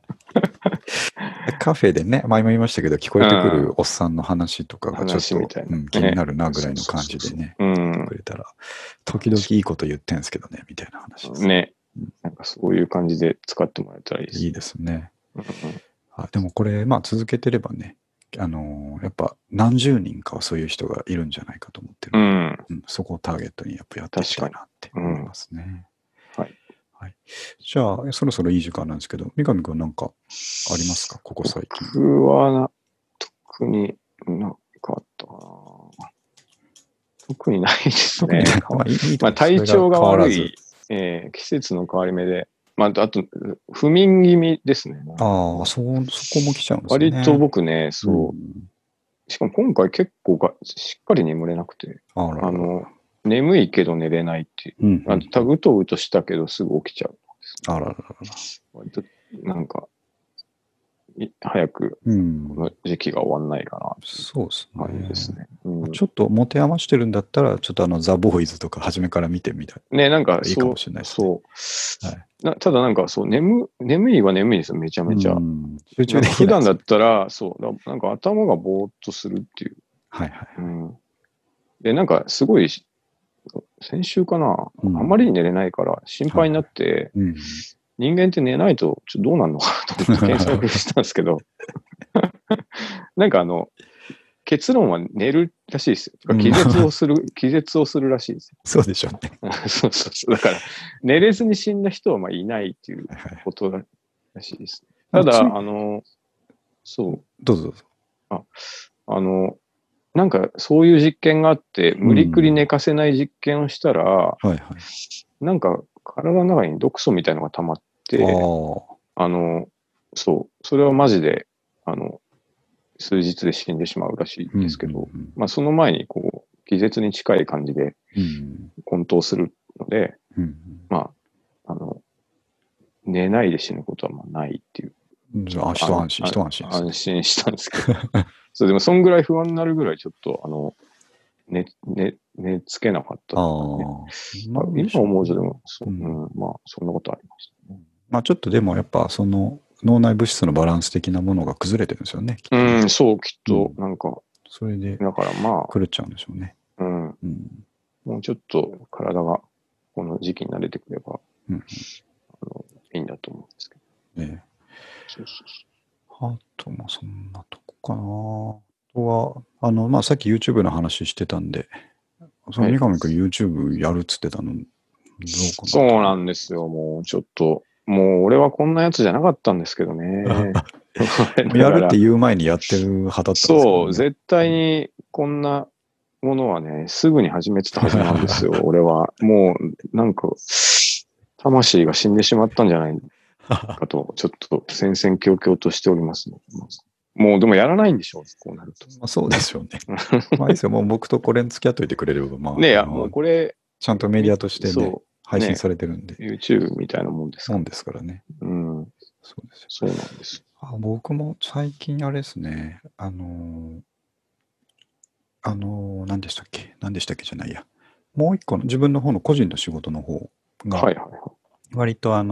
カフェでね、前も言いましたけど、聞こえてくるおっさんの話とかがちょっと、うん、気になるなぐらいの感じでね、くれたら、時々いいこと言ってんすけどね、みたいな話です。 ね。なんかそういう感じで使ってもらえたらいいですね。 いいですね。あ、でもこれ、まあ続けてればね、あのー、やっぱ何十人かはそういう人がいるんじゃないかと思ってる、うんうん、そこをターゲットにやっぱやっていきたいなって思いますね。うん、はい。はい。じゃあ、そろそろいい時間なんですけど、三上君なんかありますか、ここ最近。 僕は特になんかあったかな。特にないですね。まあ、いいまあ、体調が悪い、えー、季節の変わり目で、まあ、あと、不眠気味ですね。 ああ、そ、そこも来ちゃうんですね。割と僕ね、そう。うん、しかも今回結構がしっかり眠れなくて、あららら、あの、眠いけど寝れないっていう。うんうんうん、あうとうとしたけどすぐ起きちゃう、 あらららら。 割と、なんか、早くこの時期が終わんないかな、うん、 そうですね。 感じですね。 うん、ちょっと持て余してるんだったら、ちょっとあの、ザ・ボーイズとか初めから見てみたい。 ね、なんか、 いいかもしれないですね。そう。はい、なただなんか、そう、眠、眠いは眠いですよ、めちゃめちゃ。うん、集中できない。普段だったら、そう、なんか頭がぼーっとするっていう。 はいはい、はい。うん、 で、なんか、すごい、先週かな、うん、あまりに寝れないから心配になって、はいはい、うん、人間って寝ないとちょっとどうなるのかなと思って検索したんですけど、なんかあの、結論は寝るらしいですよ。気絶をする、気絶をするらしいですよ。 そうでしょうね。 そうそうそう。だから、寝れずに死んだ人はまあいないっていうことらしいです。ただ、あの、そう。 どうぞどうぞ。 あ、あの、なんかそういう実験があって、無理くり寝かせない実験をしたら、うん、はいはい、なんか体の中に毒素みたいのが溜まって、あの、そう、それはマジで、あの、数日で死んでしまうらしいんですけど、うんうんうん、まあその前にこう、気絶に近い感じで混沌するので、うんうん、まあ、あの、寝ないで死ぬことはまあないっていう。 じゃあ、一安心、一安心、 ね。安心したんですけど。そう、でもそんぐらい不安になるぐらいちょっと、あの、寝、寝、寝つけなかったとかね。今思うとでも、そう、うん、まあ、そんなことありましたね。 まあ、ちょっとでもやっぱ、その、脳内物質のバランス的なものが崩れてるんですよね。 きっとね、うん、そう、きっと、なんか、うん、 それで、 だからまあ、 狂っちゃうんでしょうね。 うん。うん、もうちょっと体がこの時期に慣れてくれば、うん、あのいいんだと思うんですけど。ねえ。そうそうそう。あと、まあ、そんなとこかな。あとは、あの、まあ、さっき YouTube の話してたんで、その三上君 YouTube やるっつってたの、どうかな。 そうなんですよ、もうちょっと。もう俺はこんなやつじゃなかったんですけどね。 やるって言う前にやってる派だったんですけど、ね、 そう、絶対にこんなものはね、すぐに始めてたはずなんですよ、俺は。もう、なんか、魂が死んでしまったんじゃないかと、ちょっと戦々恐々としておりますね。もう、でもやらないんでしょう、こうなると。 まあ、そうでしょうね。まあいいですよ、もう僕とこれに付き合っといてくれれば、まあ。 ねえ、もうこれ、 ちゃんとメディアとしてね、配信されてるんで。 ね、YouTube みたいなもんですから。もんですからね。 うん。 そうですよ。 そうなんです。 あ、僕も最近あれですね、あのー、あのー、何でしたっけ何でしたっけじゃないや。もう一個の自分の方の個人の仕事の方が、割とあの、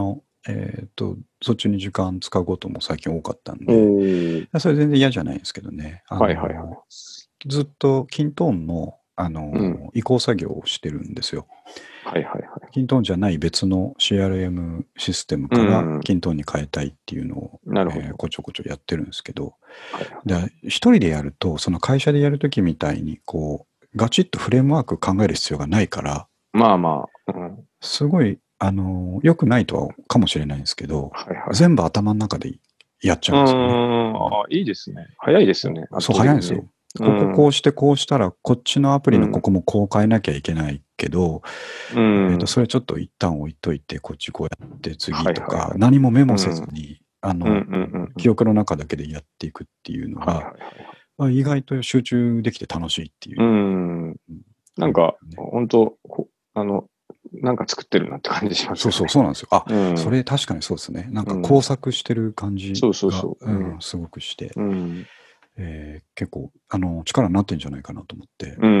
えっと、そっちに時間使うことも最近多かったんで、それ全然嫌じゃないんですけどね。 はいはいはい。 ずっとキントーンの、あの、うん、移行作業をしてるんですよ。 はいはいはい。 キントーンじゃない別の シーアールエム システムからキントーンに変えたいっていうのを、うん、なるほど、えー、こちょこちょやってるんですけど、はいはい、で一人でやると、その会社でやるときみたいに、こう、ガチッとフレームワーク考える必要がないから、 まあまあ、うん、 すごい、あの、良くないとはかもしれないんですけど、はいはい、全部頭の中でやっちゃうんですよね。 ああ、いいですね。早いですよね。 そう、早いんですよ。こここうしてこうしたら、こっちのアプリのここもこう変えなきゃいけないけど、うん、えっと、それちょっと一旦置いといて、こっちこうやって次とか、はいはいはい、何もメモせずに、うん、あの、うんうんうん、記憶の中だけでやっていくっていうのが、はいはいはい、意外と集中できて楽しいっていう。 うん、なんか、ね、本当あの、なんか作ってるなって感じしますよね。そうそう、そうなんですよ。あ、うん、それ確かにそうですね。なんか工作してる感じが、そうそうそう、うん、すごくして。うんえー、結構あの力になってんじゃないかなと思って、うん、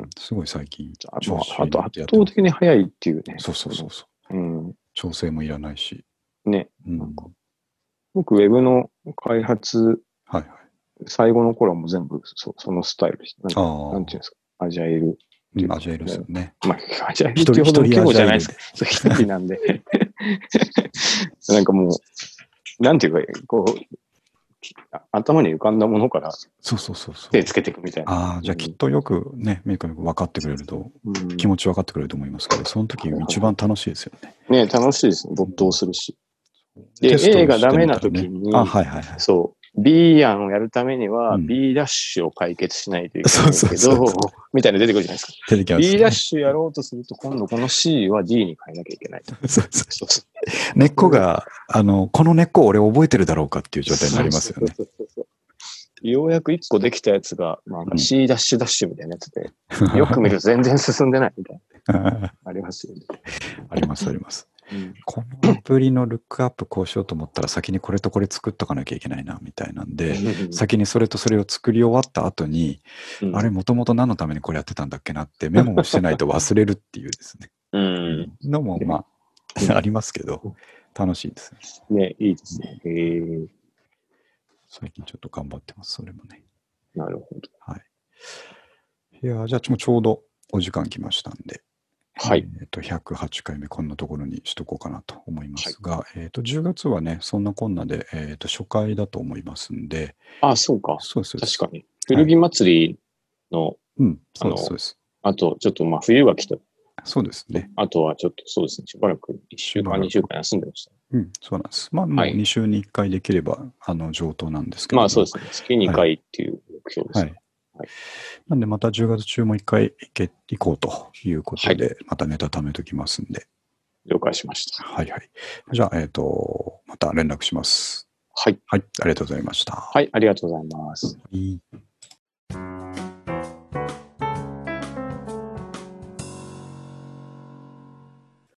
すごい最近調子にあと圧倒的に早いっていうね。 そうそうそうそう、うん、調整もいらないし。 ね。うん、僕、ウェブの開発、はいはい、最後の頃はもう全部 そ, そのスタイルでした。なんていうんですか、アジャイル。 うん、アジャイルですよね。 まあ、アジャイルっていうほどの規模じゃないですか。一人なんで。なんかもう、なんていうか、こう、頭に浮かんだものからそうそうそうそう手つけていくみたいな。 ああ、じゃあきっとよくね、メイク分かってくれると、うん、気持ち分かってくれると思いますけど、その時一番楽しいですよね。 ね、楽しいですね。没頭するし。で、A がダメな時に、あ、はいはいはい。そう。B 案をやるためには、B ダッシュを解決しないといけないけど、みたいなの出てくるじゃないですか。出てきます、ね。B ダッシュやろうとすると、今度この C は D に変えなきゃいけない。そうそうそう。 根っこが、あの、この根っこ俺覚えてるだろうかっていう状態になりますよね。そうそうそうようやくいっこできたやつが、まあ、C ダッシュダッシュみたいなやつで、よく見ると全然進んでないみたいな。ありますよね。 ありますあります。うん、このアプリのルックアップこうしようと思ったら先にこれとこれ作っとかなきゃいけないなみたいなんで、先にそれとそれを作り終わった後に、うん、あれもともと何のためにこれやってたんだっけなってメモをしてないと忘れるっていうですね。うん、のもまあ、ありますけど、楽しいですね。ね、いいですね。へー最近ちょっと頑張ってます、それもね。 なるほど。 はい。いや、じゃあちょうどお時間来ましたんで。 はい。 えっと、ひゃくはちかいめ、こんなところにしとこうかなと思いますが、はい、えっと、じゅうがつはね、そんなこんなで、えっと、初回だと思いますんで。 あ、そうか。 そうです。 確かに。古着祭りの、はい、 うん、そうです、そうです。 あと、ちょっとまあ、冬が来た。 そうですね。 あとはちょっとそうですね、しばらくいっしゅうかん、にしゅうかん休んでました。 うん、そうなんです。まあ、もうに週にいっかいできれば、はい、あの、上等なんですけど。 まあ、そうですね。月にかいっていう目標ですね。はいはい、なんでまたじゅうがつ中もいっかい行け行こうということで、はい、またネタ貯めときますんで。 了解しました。 はいはい。じゃあ、えっと、また連絡します。 はい。 はい。ありがとうございました。 はい、ありがとうございます。 はい